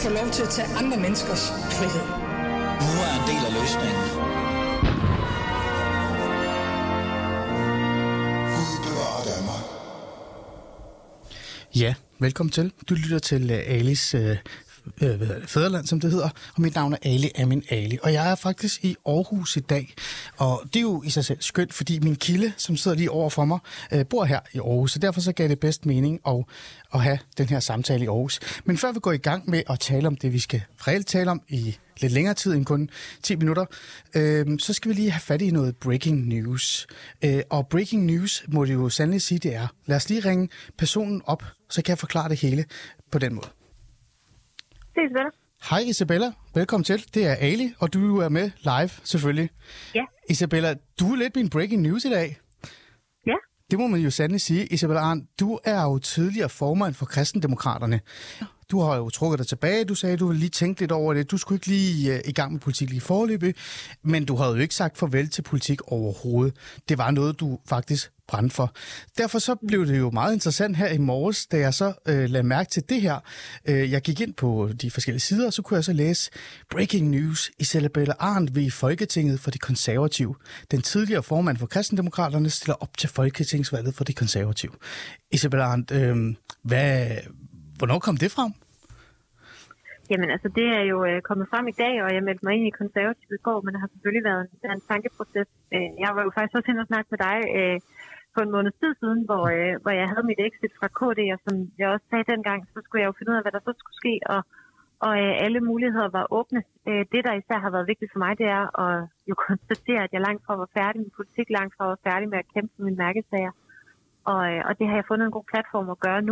få lov til at tage andre menneskers frihed. Nu er en del af løsningen. Ja, velkommen til. Du lytter til Alis Fædreland, som det hedder, og mit navn er Ali Amin Ali. Og jeg er faktisk i Aarhus i dag, og det er jo i sig selv skønt, fordi min kilde, som sidder lige over for mig, bor her i Aarhus, så derfor så gav det bedst mening at have den her samtale i Aarhus. Men før vi går i gang med at tale om det, vi skal reelt tale om i lidt længere tid end kun 10 minutter, så skal vi lige have fat i noget breaking news. Og breaking news må det jo sandelig sige, det er. Lad os lige ringe personen op, så kan jeg forklare det hele på den måde. Det er Isabella. Hej Isabella, velkommen til. Det er Ali, og du er med live selvfølgelig. Ja. Isabella, du er lidt min breaking news i dag. Ja. Det må man jo sandelig sige. Isabella Arndt, du er jo tidligere formand for Kristendemokraterne. Du har jo trukket dig tilbage. Du sagde, at du ville lige tænke lidt over det. Du skulle ikke lige i gang med politik lige foreløbig. Men du havde jo ikke sagt farvel til politik overhovedet. Det var noget, du faktisk brændte for. Derfor så blev det jo meget interessant her i morges, da jeg så lagde mærke til det her. Jeg gik ind på de forskellige sider, og så kunne jeg så læse Breaking News. Isabella Arndt vil i Folketinget for de konservative. Den tidligere formand for Kristendemokraterne stiller op til Folketingsvalget for de konservative. Isabella Arndt, hvornår kom det frem? Jamen altså, det er jo kommet frem i dag, og jeg meldte mig ind i konservative i går, men det har selvfølgelig været en tankeproces. Jeg var jo faktisk også inde og snakke med dig for en måneds tid siden, hvor jeg havde mit exit fra KD, og som jeg også sagde dengang, så skulle jeg jo finde ud af, hvad der så skulle ske, og alle muligheder var åbne. Det, der især har været vigtigt for mig, det er at jo konstatere, at jeg langt fra var færdig med politik, langt fra var færdig med at kæmpe for mine mærkesager, og det har jeg fundet en god platform at gøre nu.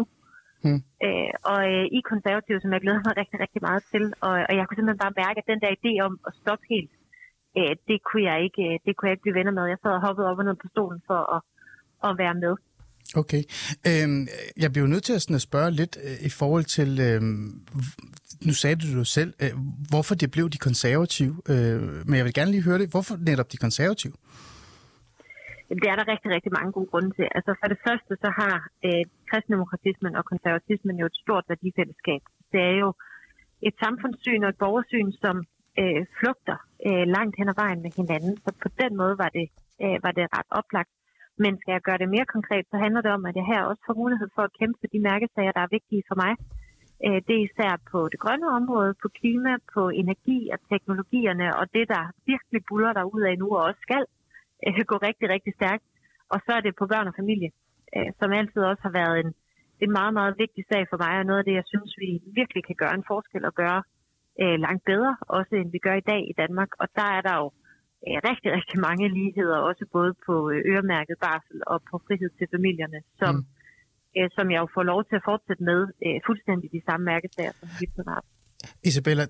I konservative, som jeg glæder mig rigtig, rigtig meget til, og jeg kunne simpelthen bare mærke, at den der idé om at stoppe helt, det kunne jeg ikke blive venner med. Jeg sad og hoppede op og ned på stolen for at være med. Okay. Jeg bliver jo nødt til at spørge lidt i forhold til, nu sagde du jo selv, hvorfor det blev de konservative, men jeg vil gerne lige høre det. Hvorfor netop de konservative? Det er der rigtig, rigtig mange gode grunde til. Altså for det første, så har kristendemokratismen og konservatismen jo et stort værdifællesskab. Det er jo et samfundssyn og et borgersyn, som flugter langt hen ad vejen med hinanden. Så på den måde var det ret oplagt. Men skal jeg gøre det mere konkret, så handler det om, at jeg her også får mulighed for at kæmpe for de mærkesager, der er vigtige for mig. Det er især på det grønne område, på klima, på energi og teknologierne, og det, der virkelig buller derudad nu og også skal gå rigtig, rigtig stærkt. Og så er det på børn og familie, som altid også har været en meget, meget vigtig sag for mig, og noget af det, jeg synes, vi virkelig kan gøre en forskel og gøre langt bedre, også end vi gør i dag i Danmark. Og der er der jo rigtig, rigtig mange ligheder, også både på øremærket barsel og på frihed til familierne, som jeg jo får lov til at fortsætte med fuldstændig de samme mærkesager, som vi har. Isabella,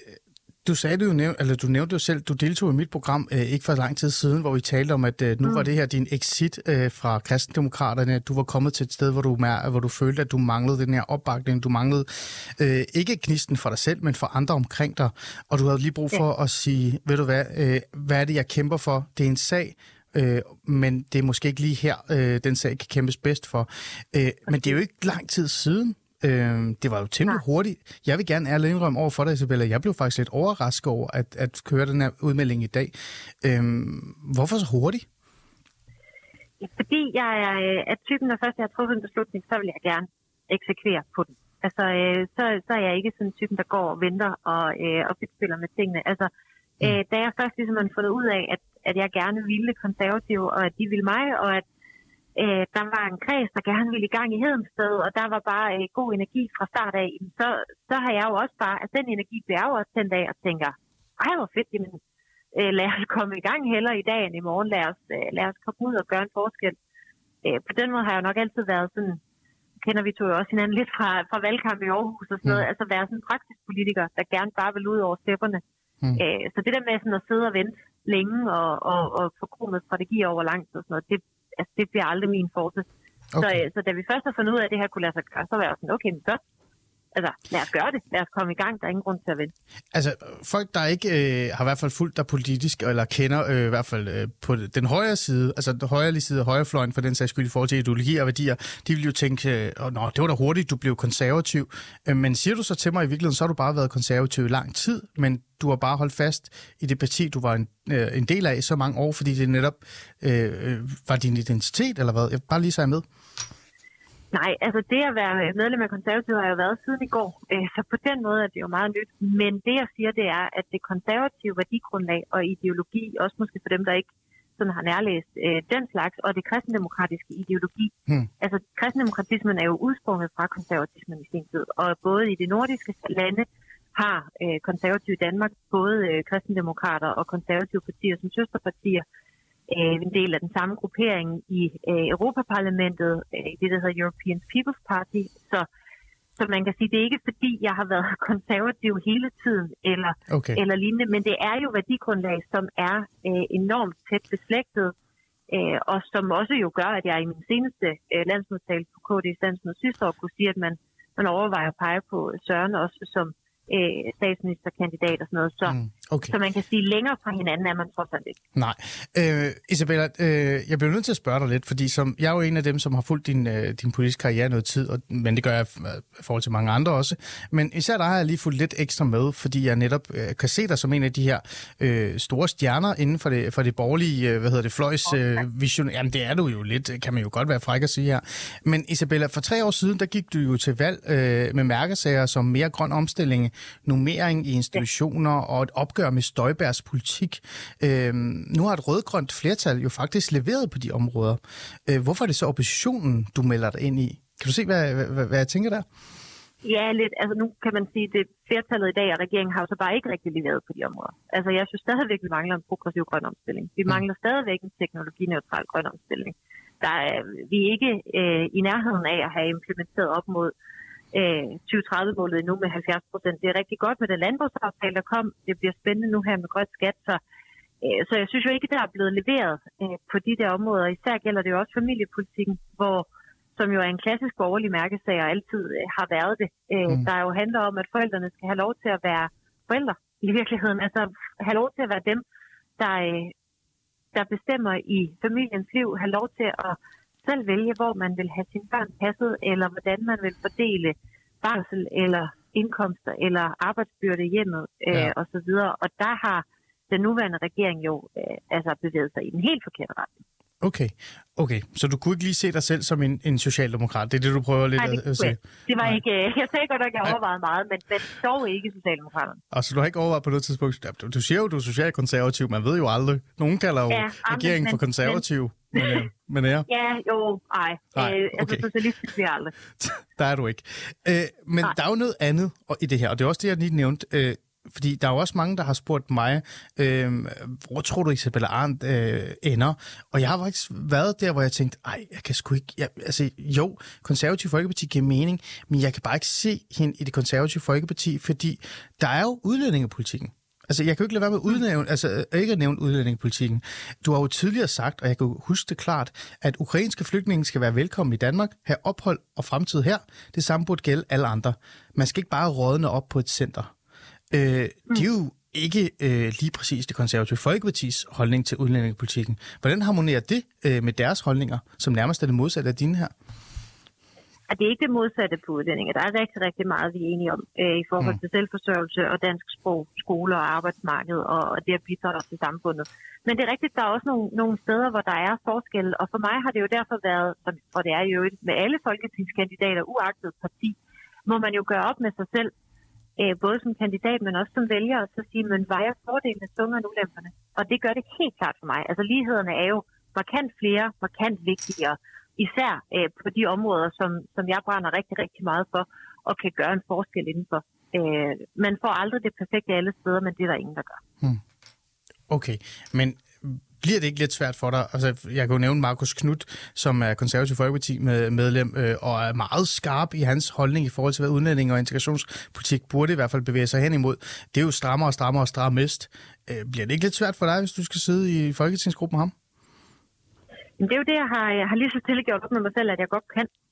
du nævnte jo selv, du deltog i mit program ikke for lang tid siden, hvor vi talte om, at nu var det her din exit fra Kristendemokraterne. Du var kommet til et sted, hvor du følte, at du manglede den her opbakning. Du manglede ikke gnisten for dig selv, men for andre omkring dig. Og du havde lige brug for at sige, ved du hvad er det, jeg kæmper for? Det er en sag, men det er måske ikke lige her, den sag kan kæmpes bedst for. Men det er jo ikke lang tid siden. Det var jo temmelig hurtigt. Jeg vil gerne ærligt indrømme over for dig, Isabella. Jeg blev faktisk lidt overrasket over at køre den her udmelding i dag. Hvorfor så hurtigt? Fordi jeg er typen, når først jeg har truffet en beslutning, så vil jeg gerne eksekvere på den. Altså, så er jeg ikke sådan en typen, der går og venter og spiller med tingene. Altså, da jeg først ligesom har fundet ud af, at jeg gerne ville konservative, og at de ville mig, og at der var en kreds, der gerne ville i gang i Hedensted, og der var bare god energi fra start af. Så har jeg jo også bare, at den energi bliver jo også tændt af og tænker, ej, hvor fedt, jamen, lad os komme i gang heller i dag end i morgen. Lad os komme ud og gøre en forskel. På den måde har jeg jo nok altid været sådan, kender vi to jo også hinanden lidt fra valgkamp i Aarhus og sådan noget, altså være sådan en praktisk politiker, der gerne bare vil ud over stepperne. Så det der med sådan at sidde og vente længe og få kronet strategier over langt og sådan noget, det bliver aldrig min force. Okay. Så da vi først har fundet ud af, at det her kunne lade sig gøre, så var jeg sådan, okay, men Altså, lad os gøre det. Lad os komme i gang. Der er ingen grund til at vente. Altså, folk, der ikke har i hvert fald fulgt dig politisk, eller kender i hvert fald på den højre side, altså den højre side af højrefløjen, for den sags skyld i forhold til ideologi og værdier, de vil jo tænke, nå, det var da hurtigt, du blev konservativ. Men siger du så til mig i virkeligheden, så har du bare været konservativ i lang tid, men du har bare holdt fast i det parti, du var en del af i så mange år, fordi det netop var din identitet, eller hvad? Jeg bare lige sige med. Nej, altså det at være medlem af konservativ har jo været siden i går, så på den måde er det jo meget nyt. Men det jeg siger, det er, at det konservative værdigrundlag og ideologi, også måske for dem, der ikke sådan har nærlæst den slags, og det kristendemokratiske ideologi. Altså kristendemokratismen er jo udsprunget fra konservatismen i sin tid, og både i de nordiske lande har konservative i Danmark både kristendemokrater og konservative partier som søsterpartier, en del af den samme gruppering i Europaparlamentet, det der hedder European People's Party. Så man kan sige, det er ikke fordi, jeg har været konservativ hele tiden eller lignende, men det er jo værdigrundlag, som er enormt tæt beslægtet, og som også jo gør, at jeg i min seneste landsmødetale på KD's landsmøde sidste år kunne sige, at man overvejer at pege på Søren også som statsministerkandidat og sådan noget. Så man kan sige, længere fra hinanden er man trods alt ikke. Nej. Isabella, jeg bliver nødt til at spørge dig lidt, fordi jeg er jo en af dem, som har fulgt din politiske karriere noget tid, men det gør jeg i forhold til mange andre også. Men især der har jeg lige fulgt lidt ekstra med, fordi jeg netop kan se dig som en af de her store stjerner inden for det borgerlige, fløjsvision. Jamen det er du jo lidt, kan man jo godt være fræk at sige her. Men Isabella, for 3 år siden, der gik du jo til valg med mærkesager som mere grøn omstilling, nummering i institutioner og et opgør med Støjbergs politik. Nu har et rødgrønt flertal jo faktisk leveret på de områder. Hvorfor er det så oppositionen, du melder dig ind i? Kan du se, hvad jeg tænker der? Ja, lidt. Altså nu kan man sige, at flertallet i dag og regeringen har jo så bare ikke rigtig leveret på de områder. Altså jeg synes stadigvæk, vi mangler en progressiv grøn omstilling. Vi mangler stadigvæk en teknologineutral grøn omstilling. Vi er ikke i nærheden af at have implementeret op mod 2030-målet nu med 70%. Det er rigtig godt med den landbrugsaftale, der kom. Det bliver spændende nu her med grøn skat. Så jeg synes jo ikke, der er blevet leveret på de der områder. Især gælder det jo også familiepolitikken, som jo er en klassisk borgerlig mærkesag og altid har været det. Der jo handler om, at forældrene skal have lov til at være forældre i virkeligheden. Altså have lov til at være dem, der bestemmer i familiens liv. Have lov til at selv vælge, hvor man vil have sine børn passet, eller hvordan man vil fordele barsel, eller indkomster, eller arbejdsbyrde i hjemmet, osv. Og der har den nuværende regering jo bevæget sig i den helt forkerte retning. Okay. Så du kunne ikke lige se dig selv som en socialdemokrat? Det er det, du prøver lidt at sige? Det var ikke... Jeg sagde godt, at jeg overvejede meget, men dog ikke socialdemokraterne. Og så du har ikke overvejet på noget tidspunkt... Du siger jo, du er socialkonservativ, man ved jo aldrig. Nogen kalder jo regeringen for konservativ. Men ja. Ja, jo, ej. Socialistisk bliver aldrig. Der er du ikke. Men der er jo noget andet i det her, og det er også det, jeg lige nævnte. Fordi der er jo også mange, der har spurgt mig, hvor tror du Isabella Arendt ender? Og jeg har faktisk været der, hvor jeg tænkte, jeg kan sgu ikke... Konservative Folkeparti giver mening, men jeg kan bare ikke se hende i det Konservative Folkeparti, fordi der er jo udlændingepolitikken. Altså, jeg kan jo ikke lade være med ikke at nævne udlændingepolitikken. Du har jo tidligere sagt, og jeg kan huske det klart, at ukrainske flygtninge skal være velkommen i Danmark, have ophold og fremtid her. Det samme burde gælde alle andre. Man skal ikke bare rådne op på et center. Det er jo ikke lige præcis det Konservative Folkepartis holdning til udlændingepolitikken. Hvordan harmonerer det med deres holdninger, som nærmest er det modsatte af dine her? Det er ikke det modsatte på udlændinge. Der er rigtig, rigtig meget, vi er enige om i forhold til selvforsørgelse og dansk sprog, skoler og arbejdsmarked og det at bidrage til samfundet. Men det er rigtigt, der er også nogle steder, hvor der er forskel, og for mig har det jo derfor været, og det er jo med alle folketingskandidater, uagtet parti, må man jo gøre op med sig selv, både som kandidat, men også som vælger, og så sige, men vejer fordelene tungere end ulemperne. Og det gør det helt klart for mig. Altså lighederne er jo markant flere, markant vigtigere, især på de områder, som jeg brænder rigtig, rigtig meget for, og kan gøre en forskel indenfor. Man får aldrig det perfekte alle steder, men det er der ingen, der gør. Okay, men bliver det ikke lidt svært for dig? Altså, jeg kan jo nævne Marcus Knuth, som er Konservativ Folkeparti medlem, og er meget skarp i hans holdning i forhold til, hvad udlænding og integrationspolitik burde i hvert fald bevæge sig hen imod. Det er jo strammest. Bliver det ikke lidt svært for dig, hvis du skal sidde i folketingsgruppen med ham? Det er jo det, jeg har lige så stille gjort op med mig selv, at jeg godt kan.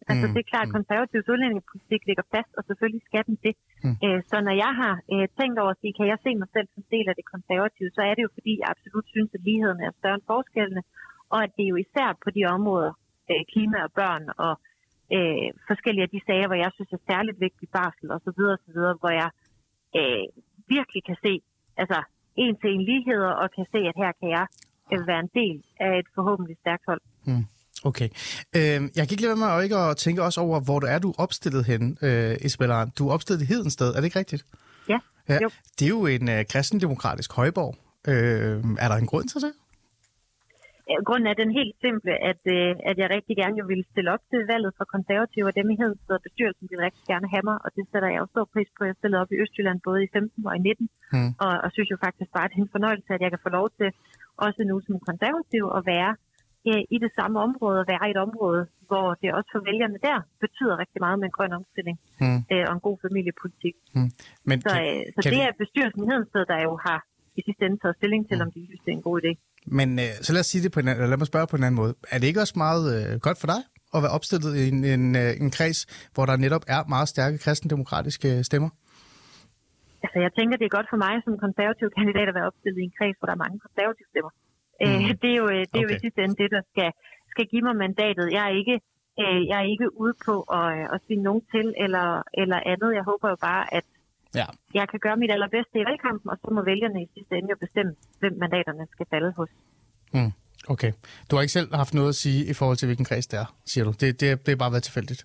Altså det er klart, at konservativs udlændingepolitik ligger fast, og selvfølgelig skal den det. Så når jeg har tænkt over at sige, kan jeg se mig selv som del af det konservative, så er det jo fordi, jeg absolut synes, at ligheden er større end forskellene, og at det er jo især på de områder, klima og børn og forskellige af de sager, hvor jeg synes er særligt vigtig, barsel og så videre, hvor jeg virkelig kan se altså en til en ligheder, og kan se, at her kan jeg være en del af et forhåbentlig stærkt hold. Okay. Jeg kan ikke lade være med ikke at tænke også over, hvor du er opstillet henne, Isabella Arendt. Du er opstillet i Hedensted, er det ikke rigtigt? Ja. Jo. Det er jo en kristendemokratisk højborg. Er der en grund til det? Grunden er den helt simple, at jeg rigtig gerne vil stille op til valget for konservative, og dem i Hedensted og bestyrelsen vil rigtig gerne have mig, og det sætter jeg jo stor pris på. Jeg stillede op i Østjylland både i 15 og i 19, og synes jo faktisk bare, at det er en fornøjelse, at jeg kan få lov til, også nu som konservativ, at være i det samme område, og være i et område, hvor det også for vælgerne der betyder rigtig meget med en grøn omstilling og en god familiepolitik. Men så det er bestyrelsen i Hedensted, der jo har i sidste ende taget stilling til, om de synes, det er en god idé. Men så lad os sige det på lad mig spørge på en anden måde. Er det ikke også meget godt for dig at være opstillet i en kreds, hvor der netop er meget stærke kristendemokratiske stemmer? Altså, jeg tænker, det er godt for mig som konservativ kandidat at være opstillet i en kreds, hvor der er mange konservative stemmer. Det er jo i sidste ende det, der skal give mig mandatet. Jeg er ikke ude på at sige nogen til eller andet. Jeg håber jo bare, at jeg kan gøre mit allerbedste i valgkampen, og så må vælgerne i sidste ende jo bestemme, hvem mandaterne skal falde hos. Okay. Du har ikke selv haft noget at sige i forhold til, hvilken kreds det er, siger du? Det er bare været tilfældigt?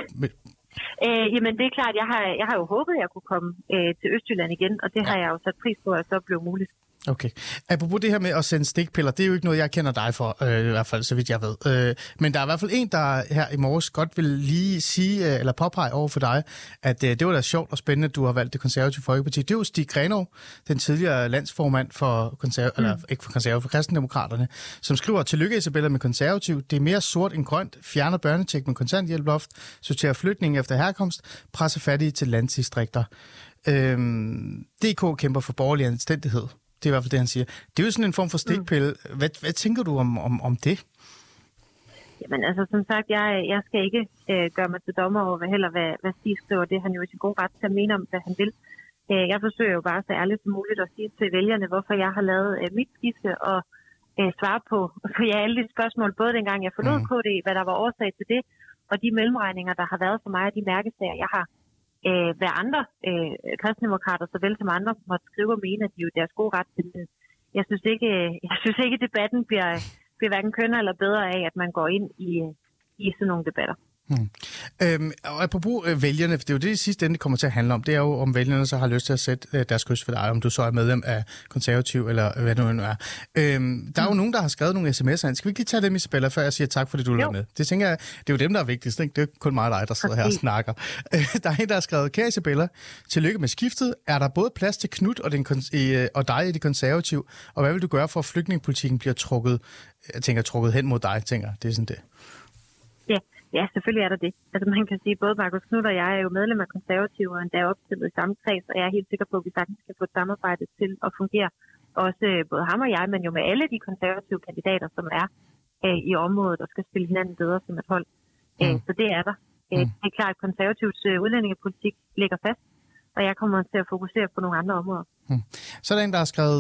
Jamen, det er klart, jeg har jo håbet, at jeg kunne komme til Østjylland igen, og det har jeg jo sat pris på, at så blev muligt. Okay. Apropos det her med at sende stikpiller, det er jo ikke noget, jeg kender dig for, i hvert fald, så vidt jeg ved. Men der er i hvert fald en, der her i morges godt vil lige sige, eller påpege over for dig, at det var da sjovt og spændende, at du har valgt det konservative Folkeparti. Det er jo Stig Grenov, den tidligere landsformand for for kristendemokraterne, som skriver, tillykke Isabella med konservativ. Det er mere sort end grønt, fjerner børnecheck med kontanthjælploft, sorterer flygtninge efter herkomst, presser fattige til landdistrikter. DK kæmper for borgerlig anstændighed. Det er i hvert fald det, han siger. Det er jo sådan en form for stikpille. Hvad tænker du om det? Jamen altså, som sagt, jeg skal ikke gøre mig til dommer over hvad Stig skriver. Det er han jo i sin god ret til at mene om, hvad han vil. Jeg forsøger jo bare så ærligt som muligt at sige til vælgerne, hvorfor jeg har lavet mit skifte og svare på alle de spørgsmål, både dengang jeg forlod KD, hvad der var årsag til det, og de mellemregninger, der har været for mig, og de mærkesager, jeg har. Hvad andre kristendemokrater, såvel som andre, måtte skrive og mene, at de er jo deres gode ret til det. Jeg synes ikke, debatten bliver hverken kønnere eller bedre af, at man går ind i sådan nogle debatter. Og apropos vælgerne, for det er jo det i sidste ende, det kommer til at handle om, det er jo, om vælgerne så har lyst til at sætte deres kryds for dig, om du så er medlem af konservativ, eller hvad det nu er. Der er jo nogen, der har skrevet nogle sms'er ind. Skal vi ikke lige tage dem, Isabella, før jeg siger tak, fordi du er med? Det tænker jeg, det er jo dem, der er vigtigst, ikke? Det er kun mig og dig, der sidder her og snakker. Der er en, der har skrevet, kære Isabella, tillykke med skiftet. Er der både plads til Knud og dig i det konservative, og hvad vil du gøre for, at flygtningepolitikken bliver trukket hen mod dig, det er sådan det. Ja, selvfølgelig er der det. Altså man kan sige, både Markus Knud og jeg er jo medlem af konservative, og endda opstillet i samme kreds, og jeg er helt sikker på, at vi sagtens skal få et samarbejde til at fungere. Også både ham og jeg, men jo med alle de konservative kandidater, som er i området og skal spille hinanden bedre som et hold. Så det er der. Det er klart, at konservativs udlændingepolitik ligger fast, og jeg kommer til at fokusere på nogle andre områder. Så er der en, der har skrevet,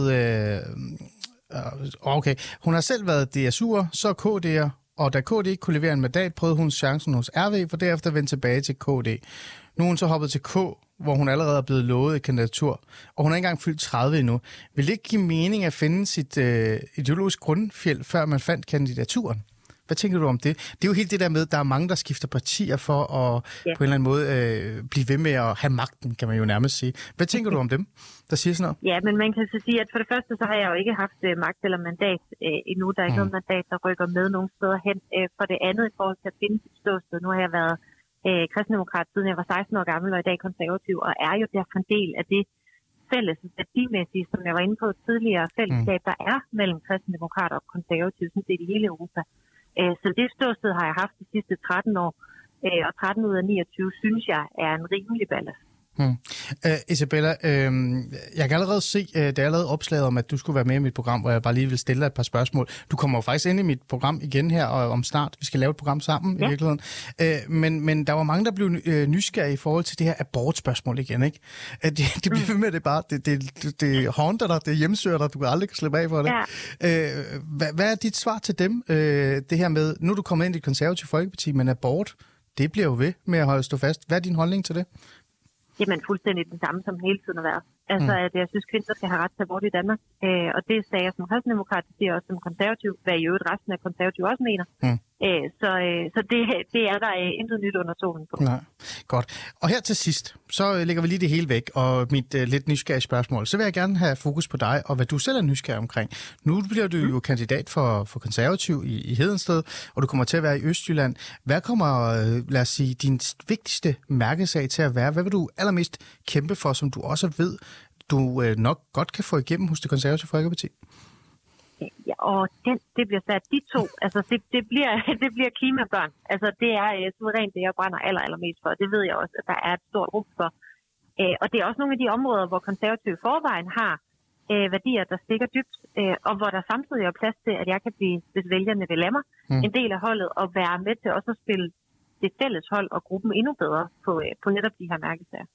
okay, hun har selv været DSU'er, så KD'er, og da KD ikke kunne levere en mandat, prøvede hun chancen hos RV, for derefter vendte tilbage til KD. Nu er hun så hoppet til K, hvor hun allerede er blevet lovet et kandidatur, og hun har ikke engang fyldt 30 endnu. Vil det ikke give mening at finde sit ideologisk grundfjeld, før man fandt kandidaturen? Hvad tænker du om det? Det er jo helt det der med, at der er mange, der skifter partier for at på en eller anden måde blive ved med at have magten, kan man jo nærmest sige. Hvad tænker du om dem, der siger sådan noget? Ja, men man kan så sige, at for det første, så har jeg jo ikke haft magt eller mandat endnu. Der er ikke noget mandat, der rykker med nogen steder hen. For det andet, i forhold til at finde sit ståsted. Nu har jeg været kristendemokrat, siden jeg var 16 år gammel, og i dag konservativ, og er jo derfor en del af det fælles værdimæssige, som jeg var inde på tidligere, fællesskab, der er mellem kristendemokrater og konservative, sådan set i hele Europa. Så det ståsted har jeg haft de sidste 13 år, og 13 ud af 29 synes jeg er en rimelig ballast. Isabella, jeg kan allerede se, da jeg lavede opslaget om, at du skulle være med i mit program, hvor jeg bare lige vil stille dig et par spørgsmål. Du kommer jo faktisk ind i mit program igen her om snart. Vi skal lave et program sammen i virkeligheden. Men der var mange, der blev nysgerrige i forhold til det her abortspørgsmål igen, ikke? Det bliver ved med det bare. Det haunter dig, det hjemsøger dig, du kan aldrig slippe af for det. Ja. Hvad er dit svar til dem? Det her med, nu er du kommet ind i Det Konservative Folkeparti, men abort, det bliver jo ved med at stå fast. Hvad er din holdning til det? Jamen fuldstændig den samme, som hele tiden har været. Altså, at jeg synes, kvinder skal have ret til abort i Danmark. Og det sagde jeg som kristendemokrat, det siger også som konservativ, hvad i øvrigt resten af konservative også mener. Så det er der intet nyt under solen på. Nej. Godt. Og her til sidst, så lægger vi lige det hele væk, og mit lidt nysgerrige spørgsmål. Så vil jeg gerne have fokus på dig, og hvad du selv er nysgerrig omkring. Nu bliver du jo kandidat for konservativ i Hedensted, og du kommer til at være i Østjylland. Hvad kommer, lad os sige, din vigtigste mærkesag til at være? Hvad vil du allermest kæmpe for, som du også ved, du nok godt kan få igennem hos Det Konservative Folkeparti? Ja, og det bliver sat de to. Altså, det bliver klimabørn. Altså, det er suverænt det, jeg brænder allermest for. Det ved jeg også, at der er et stort rum for. Og det er også nogle af de områder, hvor konservative forvejen har værdier, der stikker dybt, og hvor der samtidig er plads til, at jeg kan blive, hvis vælgerne vil lade mig, en del af holdet og være med til også at spille det fælles hold og gruppen endnu bedre på netop de her mærkesager.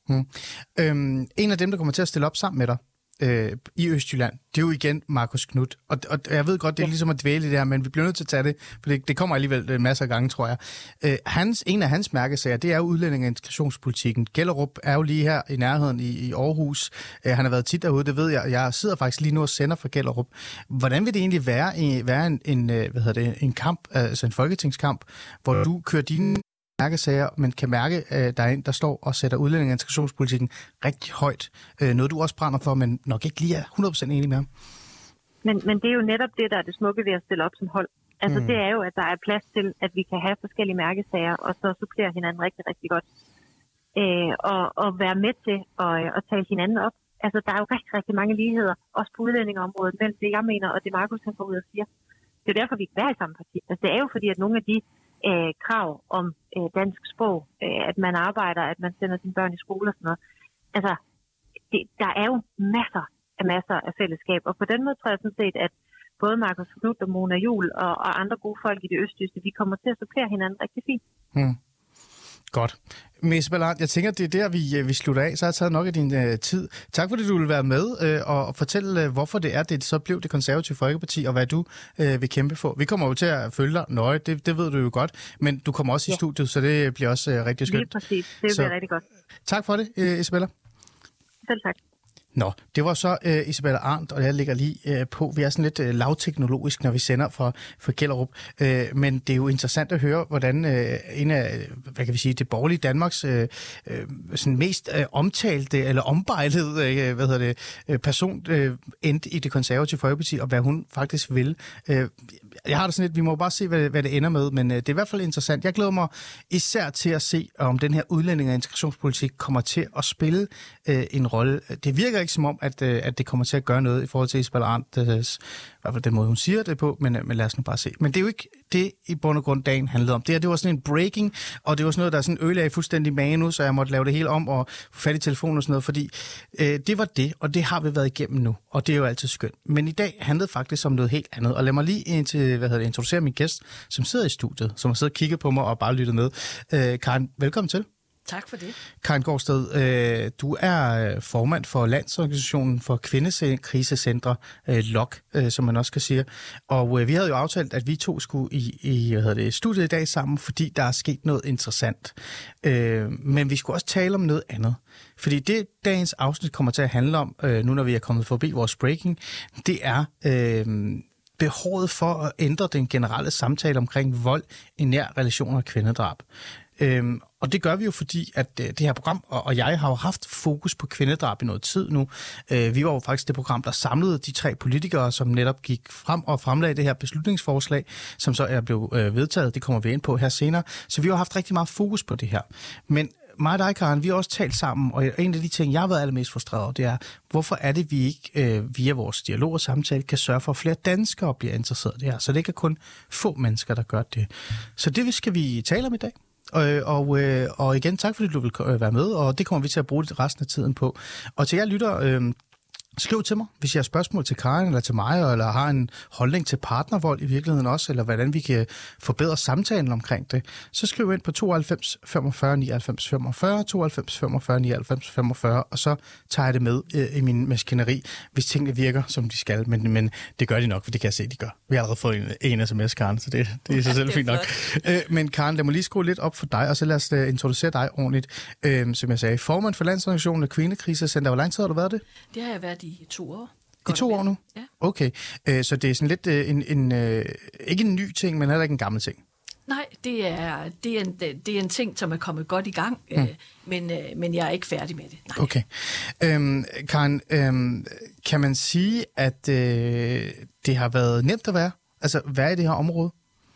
En af dem, der kommer til at stille op sammen med dig i Østjylland, det er jo igen Marcus Knuth. Og jeg ved godt, det er ligesom at dvæle i det her, men vi bliver nødt til at tage det, for det kommer alligevel masser af gange, tror jeg. En af hans mærkesager, det er jo udlænding- og integrationspolitikken. Gellerup er jo lige her i nærheden i Aarhus. Han har været tit derude, det ved jeg. Jeg sidder faktisk lige nu og sender fra Gellerup. Hvordan vil det egentlig være en kamp, altså en folketingskamp, hvor du kører dine mærkesager, men kan mærke, at der er en, der står og sætter udlænding- og integrationspolitikken rigtig højt. Noget, du også brænder for, men nok ikke lige er 100% enig med ham. Men det er jo netop det, der er det smukke ved at stille op som hold. Altså det er jo, at der er plads til, at vi kan have forskellige mærkesager, og så supplere hinanden rigtig, rigtig godt. Og være med til at tale hinanden op. Altså der er jo rigtig, rigtig mange ligheder, også på udlændingeområdet, mellem det, jeg mener, og det Marcus han går ud og siger. Det er jo derfor, vi ikke er i samme parti. Altså det er jo fordi, at nogle af de krav om dansk sprog, at man arbejder, at man sender sine børn i skole og sådan noget. Altså, der er jo masser af fællesskab, og på den måde tror jeg sådan set, at både Marcus Knuth og Mona Juhl og andre gode folk i det østjyske, vi kommer til at supplere hinanden rigtig fint. Godt. Ms. Ballard, jeg tænker, det er der, vi slutter af. Så har jeg taget nok af din tid. Tak fordi du vil være med og fortælle, hvorfor det er, det så blev Det Konservative Folkeparti, og hvad du vil kæmpe for. Vi kommer jo til at følge dig nøje, det ved du jo godt, men du kommer også i studiet, så det bliver også rigtig skønt. Lige præcis, det bliver rigtig godt. Tak for det, Isabella. Selv tak. Nå, det var så Isabella Arndt, og jeg ligger lige på. Vi er sådan lidt lavteknologisk, når vi sender fra Gellerup. Men det er jo interessant at høre, hvordan en af, hvad kan vi sige, det borgerlige Danmarks sådan mest omtalte eller ombejlede person endte i Det Konservative Folkeparti, og hvad hun faktisk vil. Jeg har det sådan lidt, vi må bare se, hvad det ender med, men det er i hvert fald interessant. Jeg glæder mig især til at se, om den her udlænding- og integrationspolitik kommer til at spille en rolle. Det virker ikke som om, at det kommer til at gøre noget i forhold til Isabella Arndt, i hvert fald den måde, hun siger det på, men lad os nu bare se. Men det er jo ikke det, i bund og grund dagen handlede om. Det var sådan en breaking, og det var sådan noget, der sådan ødelagde fuldstændig manus, så jeg måtte lave det hele om og få fat i telefonen og sådan noget, fordi det var det, og det har vi været igennem nu, og det er jo altid skønt. Men i dag handlede faktisk om noget helt andet, og lad mig lige introducere min gæst, som sidder i studiet, som har siddet og kigget på mig og bare lyttet med. Karen, velkommen til. Tak for det. Karen Gårdsted, du er formand for Landsorganisationen for Kvindekrisecentre, LOK, som man også kan sige. Og vi havde jo aftalt, at vi to skulle i studiet i dag sammen, fordi der er sket noget interessant. Men vi skulle også tale om noget andet. Fordi det, dagens afsnit kommer til at handle om, nu når vi er kommet forbi vores breaking, det er behovet for at ændre den generelle samtale omkring vold i nær relationer og kvindedrab. Og det gør vi jo, fordi at det her program, og jeg har jo haft fokus på kvindedrab i noget tid nu. Vi var jo faktisk det program, der samlede de 3 politikere, som netop gik frem og fremlagde det her beslutningsforslag, som så er blevet vedtaget. Det kommer vi ind på her senere. Så vi har haft rigtig meget fokus på det her. Men mig og dig, Karen, vi har også talt sammen, og en af de ting, jeg har været allermest frustreret over, det er, hvorfor er det, vi ikke via vores dialog og samtale kan sørge for, at flere danskere bliver interesseret i det her, så det ikke er kun få mennesker, der gør det. Så det skal vi tale om i dag. Og igen, tak fordi du vil være med, og det kommer vi til at bruge resten af tiden på. Og til jer lytter, skriv til mig, hvis I har spørgsmål til Karen eller til mig, eller har en holdning til partnervold i virkeligheden også, eller hvordan vi kan forbedre samtalen omkring det, så skriv ind på 92 45 99 45, 92 45 99 45, og så tager jeg det med i min maskineri, hvis tingene virker, som de skal, men det gør de nok, for det kan jeg se, de gør. Vi har allerede fået en sms, Karen, så det er i sig selv fint nok. Men Karen, lad mig lige skrue lidt op for dig, og så lad os introducere dig ordentligt. Som jeg sagde, formand for Landsorganisationen af Kvindekrisecenter. Hvor lang tid har du været det? Det har jeg været i 2 år. I 2 år nu? Ja. Okay, så det er sådan lidt ikke en ny ting, men heller ikke en gammel ting. Nej, det er en ting, som er kommet godt i gang, men jeg er ikke færdig med det. Nej. Okay. Karen, kan man sige, at det har været nemt at være i det her område?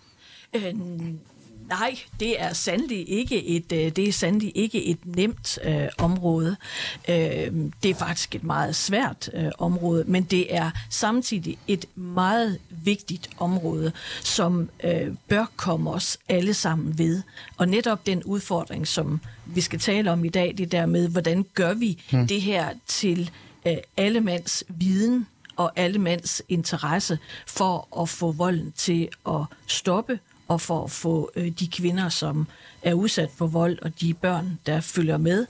Nej, det er sandelig ikke et nemt område. Det er faktisk et meget svært område, men det er samtidig et meget vigtigt område, som bør komme os alle sammen ved. Og netop den udfordring, som vi skal tale om i dag, det der med, hvordan gør vi det her til allemands viden og allemands interesse for at få volden til at stoppe, og for at få de kvinder, som er udsat for vold, og de børn, der følger med,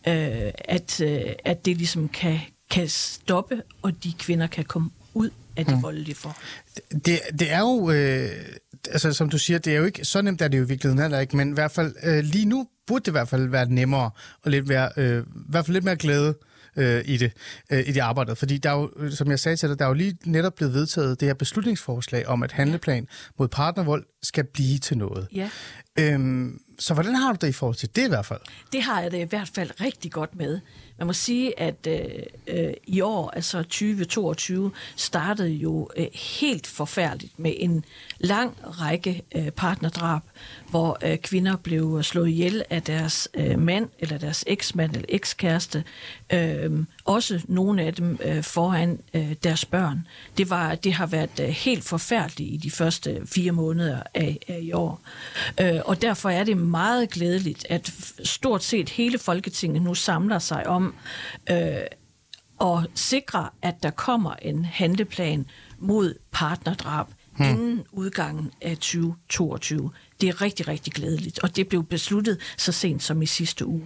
at det ligesom kan stoppe, og de kvinder kan komme ud af de voldelige forhold. Det er jo, som du siger, det er jo ikke så nemt, at det jo i virkeligheden heller ikke, men i hvert fald lige nu burde det i hvert fald være nemmere, og i hvert fald lidt mere glæde i det arbejdet. Fordi der er jo, som jeg sagde til dig, der er jo lige netop blevet vedtaget det her beslutningsforslag om, at handleplan mod partnervold skal blive til noget. Ja. Så hvordan har du det i forhold til det i hvert fald? Det har jeg det i hvert fald rigtig godt med. Man må sige, at i år, altså 2022, startede jo helt forfærdeligt med en lang række partnerdrab, hvor kvinder blev slået ihjel af deres mand, eller deres eksmand, eller ekskæreste. Også nogle af dem foran deres børn. Det har været helt forfærdeligt i de første 4 måneder af i år. Og derfor er det meget glædeligt, at stort set hele Folketinget nu samler sig om at sikre, at der kommer en handleplan mod partnerdrab inden udgangen af 2022. Det er rigtig, rigtig glædeligt, og det blev besluttet så sent som i sidste uge.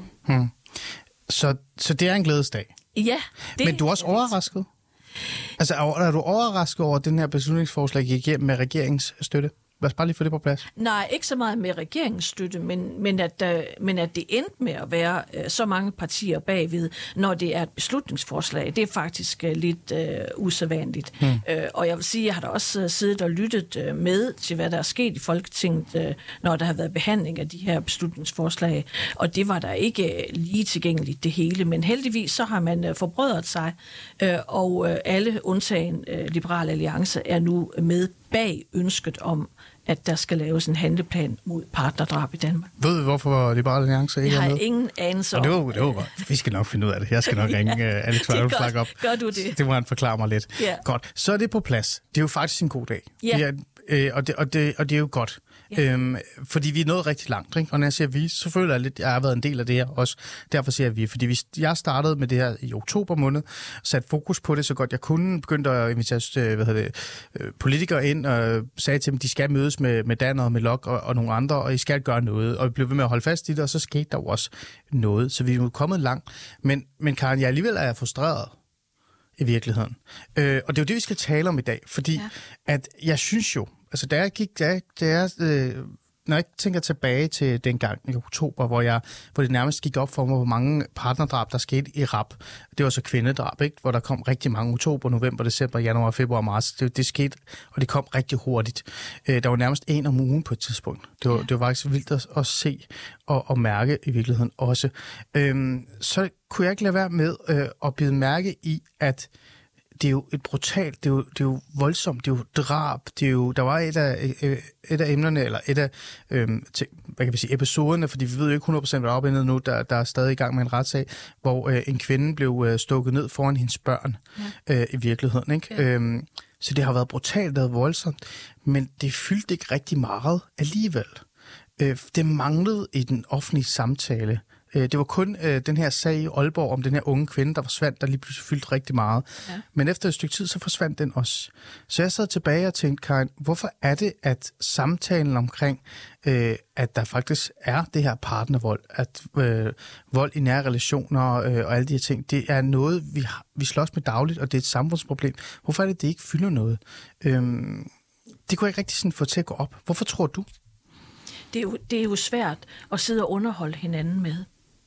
Så det er en glædesdag? Ja. Men du er også overrasket? Altså, er du overrasket over, at den her beslutningsforslag gik igennem med regeringens støtte? Lad os bare lige få det på plads. Nej, ikke så meget med regeringens støtte, men at det endte med at være så mange partier bagved, når det er et beslutningsforslag. Det er faktisk lidt usædvanligt. Og jeg vil sige, jeg har da også siddet og lyttet med til, hvad der er sket i Folketinget, når der har været behandling af de her beslutningsforslag. Og det var der ikke lige tilgængeligt det hele, men heldigvis så har man forbrødret sig, og alle undtagen Liberal Alliance er nu med bag ønsket om, at der skal laves en handleplan mod partnerdrab i Danmark. Ved du, hvorfor Liberal Alliance ikke er med? Jeg har ingen anelse om. Det var godt. Vi skal nok finde ud af det. Jeg skal nok ringe Alex Vanopslagh op. Gør du det? Det må han forklare mig lidt. Ja. Godt. Så er det på plads. Det er jo faktisk en god dag. Ja. Og det er jo godt. Ja. Fordi vi er nået rigtig langt, ikke? Og når jeg siger vi, så føler jeg lidt, jeg har været en del af det her også. Derfor siger jeg vi, fordi jeg startede med det her i oktober måned, satte fokus på det så godt jeg kunne, begyndte at invitere politikere ind og sagde til dem, de skal mødes med Danner og med Lok og nogle andre, og I skal gøre noget. Og vi blev ved med at holde fast i det, og så skete der jo også noget. Så vi er jo kommet langt. Men Karen, jeg alligevel er frustreret i virkeligheden. Og det er jo det, vi skal tale om i dag, fordi at jeg synes jo, altså når jeg tænker tilbage til dengang i oktober, hvor det nærmest gik op for mig, hvor mange partnerdrab, der skete i rap. Det var så kvindedrab, ikke? Hvor der kom rigtig mange oktober, november, december, januar, februar, marts. Det skete, og det kom rigtig hurtigt. Der var nærmest 1 om ugen på et tidspunkt. Det var faktisk vildt at se og mærke i virkeligheden også. Så kunne jeg ikke lade være med at bide mærke i, at det er jo et brutalt, det er jo voldsomt, det er jo drab, der var et af emnerne, eller et af episoderne, fordi vi ved jo ikke 100% hvad der er oppe nu, der er stadig i gang med en retssag, hvor en kvinde blev stukket ned foran hendes børn i virkeligheden, ikke? Ja. Så det har været brutalt, det har været voldsomt, men det fyldte ikke rigtig meget alligevel. det manglede i den offentlige samtale. Det var kun den her sag i Aalborg om den her unge kvinde, der forsvandt, der lige pludselig fyldte rigtig meget. Ja. Men efter et stykke tid, så forsvandt den også. Så jeg sad tilbage og tænkte, Karin, hvorfor er det, at samtalen omkring, at der faktisk er det her partnervold, at vold i nære relationer og alle de her ting, det er noget, vi slås med dagligt, og det er et samfundsproblem. Hvorfor er det ikke fylder noget? Det kunne jeg ikke rigtig sådan få til at gå op. Hvorfor tror du? Det er jo svært at sidde og underholde hinanden med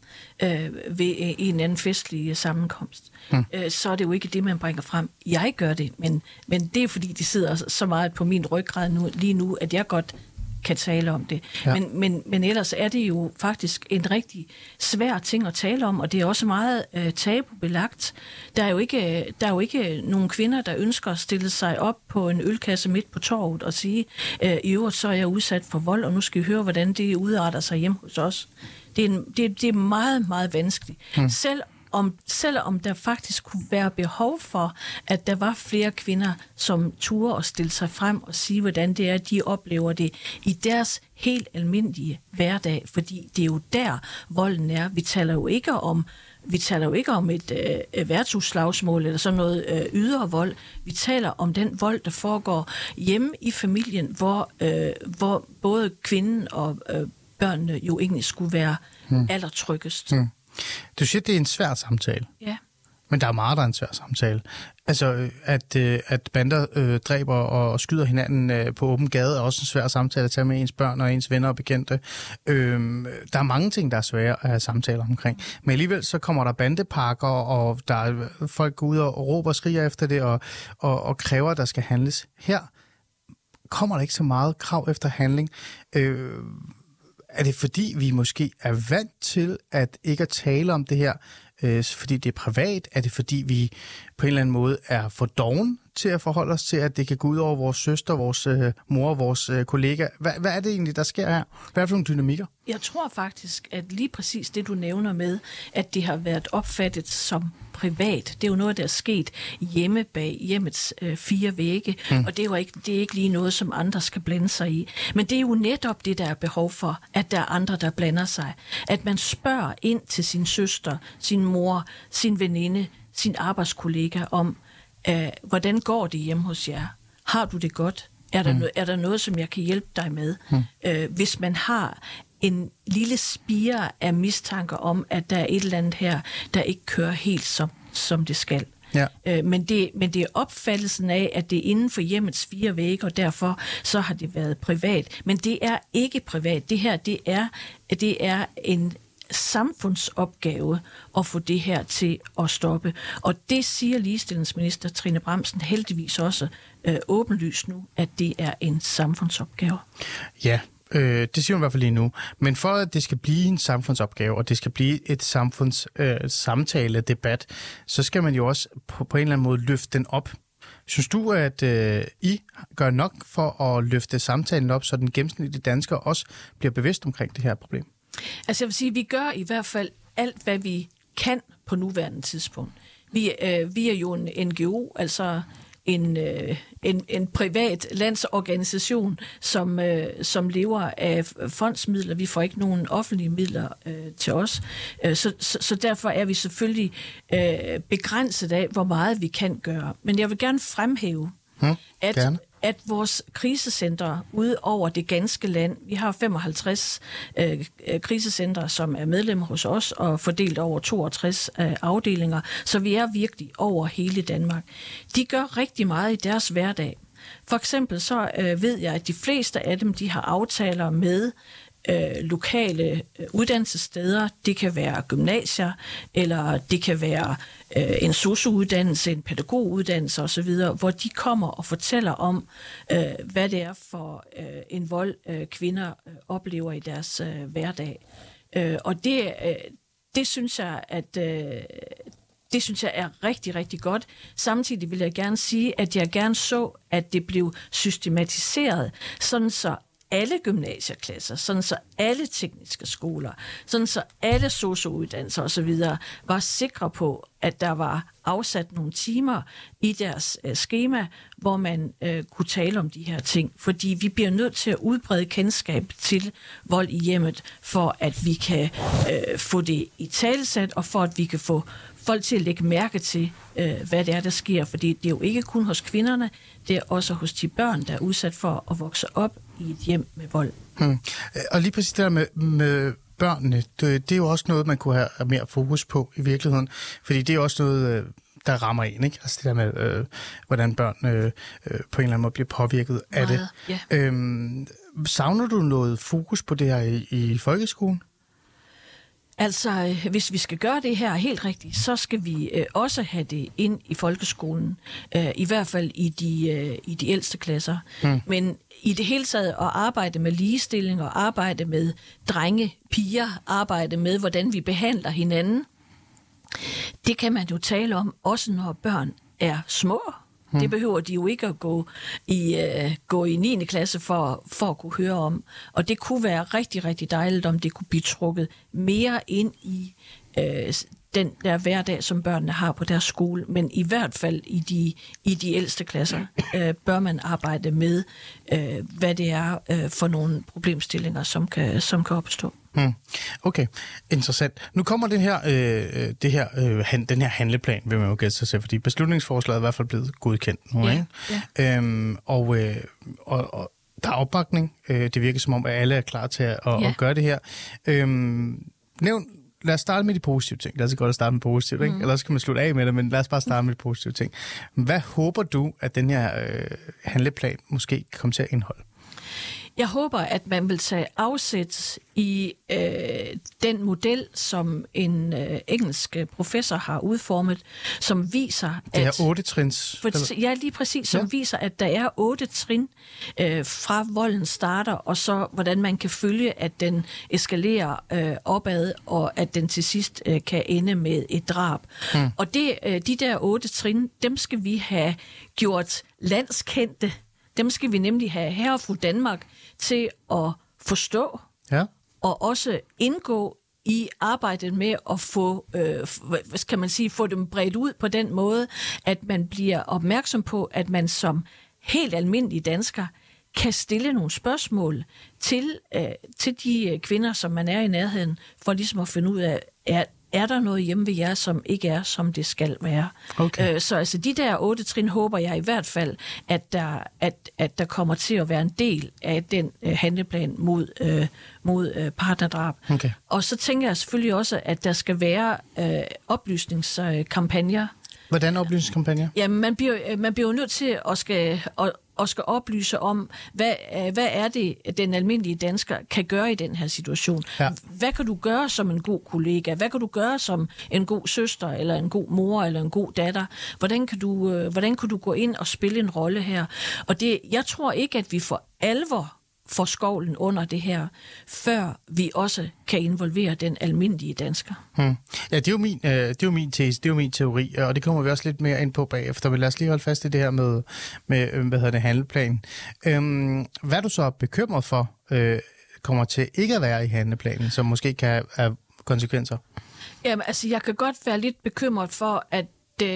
ved en anden festlig sammenkomst. Så er det jo ikke det, man bringer frem. Jeg gør det, men det er fordi, de sidder så meget på min ryggrad lige nu, at jeg godt kan tale om det. Ja. Men ellers er det jo faktisk en rigtig svær ting at tale om, og det er også meget tabubelagt. Der er jo ikke nogen kvinder, der ønsker at stille sig op på en ølkasse midt på torvet og sige, i øvrigt så er jeg udsat for vold, og nu skal I høre, hvordan det udarter sig hjemme hos os. Det er meget, meget vanskeligt. Selvom der faktisk kunne være behov for, at der var flere kvinder, som turde at stille sig frem og sige, hvordan det er, de oplever det i deres helt almindelige hverdag, fordi det er jo der, volden er. Vi taler jo ikke om et værtshusslagsmål eller sådan noget ydre vold. Vi taler om den vold, der foregår hjemme i familien, hvor både kvinden og børnene jo egentlig skulle være allertryggest. Du siger, det er en svær samtale. Ja. Men der er meget, der er en svær samtale. Altså, at bander dræber og skyder hinanden på åben gade er også en svær samtale at tage med ens børn og ens venner og bekendte. Der er mange ting, der er svære at have samtaler omkring. Men alligevel så kommer der bandepakker, og der er folk går ud og råber og skriger efter det, og kræver, at der skal handles. Her kommer der ikke så meget krav efter handling. Er det fordi, vi måske er vant til at ikke at tale om det her, fordi det er privat? Er det fordi, vi på en eller anden måde er for doven til at forholde os til, at det kan gå ud over vores søster, vores mor, vores kollega? Hvad er det egentlig, der sker her? Hvad er det for nogle dynamikker? Jeg tror faktisk, at lige præcis det, du nævner med, at det har været opfattet som privat, det er jo noget, der er sket hjemme bag hjemmets 4 vægge, og det er ikke lige noget, som andre skal blande sig i. Men det er jo netop det, der er behov for, at der er andre, der blander sig. At man spørger ind til sin søster, sin mor, sin veninde, sin arbejdskollega om, hvordan går det hjemme hos jer? Har du det godt? Er der noget, som jeg kan hjælpe dig med? Hvis man har en lille spire af mistanker om, at der er et eller andet her, der ikke kører helt som det skal. Ja. Men det er opfattelsen af, at det er inden for hjemmets 4 vægge, og derfor så har det været privat. Men det er ikke privat. Det her, det er en samfundsopgave at få det her til at stoppe. Og det siger ligestillingsminister Trine Bramsen heldigvis også åbenlyst nu, at det er en samfundsopgave. Ja. Det siger hun i hvert fald lige nu. Men for at det skal blive en samfundsopgave, og det skal blive et samtale-debat, så skal man jo også på en eller anden måde løfte den op. Synes du, at I gør nok for at løfte samtalen op, så den gennemsnitlige dansker også bliver bevidst omkring det her problem? Altså jeg vil sige, at vi gør i hvert fald alt, hvad vi kan på nuværende tidspunkt. Vi er jo en NGO, altså en privat landsorganisation, som lever af fondsmidler. Vi får ikke nogen offentlige midler til os. Så derfor er vi selvfølgelig begrænset af, hvor meget vi kan gøre. Men jeg vil gerne fremhæve, at vores krisecentre ude over det ganske land, vi har 55 krisecentre, som er medlemmer hos os og fordelt over 62 afdelinger, så vi er virkelig over hele Danmark. De gør rigtig meget i deres hverdag. For eksempel så ved jeg, at de fleste af dem, de har aftaler med lokale uddannelsessteder. Det kan være gymnasier, eller det kan være en sosu-uddannelse, en pædagoguddannelse osv., hvor de kommer og fortæller om, hvad det er for en vold, kvinder oplever i deres hverdag. Og det synes jeg, at det synes jeg er rigtig, rigtig godt. Samtidig vil jeg gerne sige, at jeg gerne så, at det blev systematiseret, sådan så alle gymnasieklasser, sådan så alle tekniske skoler, sådan så alle sosu-uddannelser osv. var sikre på, at der var afsat nogle timer i deres skema, hvor man kunne tale om de her ting. Fordi vi bliver nødt til at udbrede kendskab til vold i hjemmet, for at vi kan få det i talesæt, og for at vi kan få folk til at lægge mærke til, hvad det er, der sker. Fordi det er jo ikke kun hos kvinderne, det er også hos de børn, der er udsat for at vokse op i et hjem med vold. Og lige præcis det der med børnene, det er jo også noget, man kunne have mere fokus på i virkeligheden. Fordi det er også noget, der rammer en, ikke? Altså det der med, hvordan børn på en eller anden måde bliver påvirket af det. Ja. Savner du noget fokus på det her i folkeskolen? Altså, hvis vi skal gøre det her helt rigtigt, så skal vi også have det ind i folkeskolen. I hvert fald i de ældste klasser. Men i det hele taget at arbejde med ligestilling og arbejde med drenge, piger, arbejde med, hvordan vi behandler hinanden, det kan man jo tale om, også når børn er små. Det behøver de jo ikke at gå i 9. klasse for at kunne høre om. Og det kunne være rigtig, rigtig dejligt, om det kunne blive trukket mere ind i den der hverdag, som børnene har på deres skole. Men i hvert fald i de ældste klasser bør man arbejde med, hvad det er for nogle problemstillinger, som kan opstå. Okay, interessant. Nu kommer den her handleplan, vil man jo gætte sig til, fordi beslutningsforslaget er i hvert fald blevet godkendt nu, ikke? Ja. Og der er opbakning. Det virker som om, at alle er klar til at gøre det her. Lad os starte med de positive ting. Lad os godt starte med positivt, ikke? Ellers kan man slutte af med det, men lad os bare starte med de positive ting. Hvad håber du, at den her handleplan måske kan komme til at indeholde? Jeg håber, at man vil tage afsæt i den model, som en engelsk professor har udformet, som viser, det er 8 trins. Ja, lige præcis, som viser, at der er 8 trin fra volden starter, og så hvordan man kan følge, at den eskalerer opad, og at den til sidst kan ende med et drab. Og de der 8 trin, dem skal vi have gjort landskendte. Dem skal vi nemlig have herre og fru Danmark til at forstå, og også indgå i arbejdet med at få, få dem bredt ud på den måde, at man bliver opmærksom på, at man som helt almindelig dansker kan stille nogle spørgsmål til de kvinder, som man er i nærheden, for ligesom at finde ud af, er der noget hjemme ved jer, som ikke er, som det skal være? Okay. Så altså de der 8 trin håber jeg i hvert fald, at der kommer til at være en del af den handleplan mod partnerdrab. Okay. Og så tænker jeg selvfølgelig også, at der skal være oplysningskampagner. Hvordan oplysningskampagner? Jamen, man bliver jo nødt til at skal oplyse om, hvad er det, den almindelige dansker kan gøre i den her situation. Ja. Hvad kan du gøre som en god kollega? Hvad kan du gøre som en god søster, eller en god mor, eller en god datter? Hvordan kan du gå ind og spille en rolle her? Og jeg tror ikke, at vi for alvor får skovlen under det her, før vi også kan involvere den almindelige dansker. Ja, det er jo min tese, det er jo min teori, og det kommer vi også lidt mere ind på bagefter, men lad os lige holde fast i det her med handleplanen. Hvad er du så bekymret for, kommer til ikke at være i handleplanen, som måske kan have konsekvenser? Jamen, altså, jeg kan godt være lidt bekymret for, at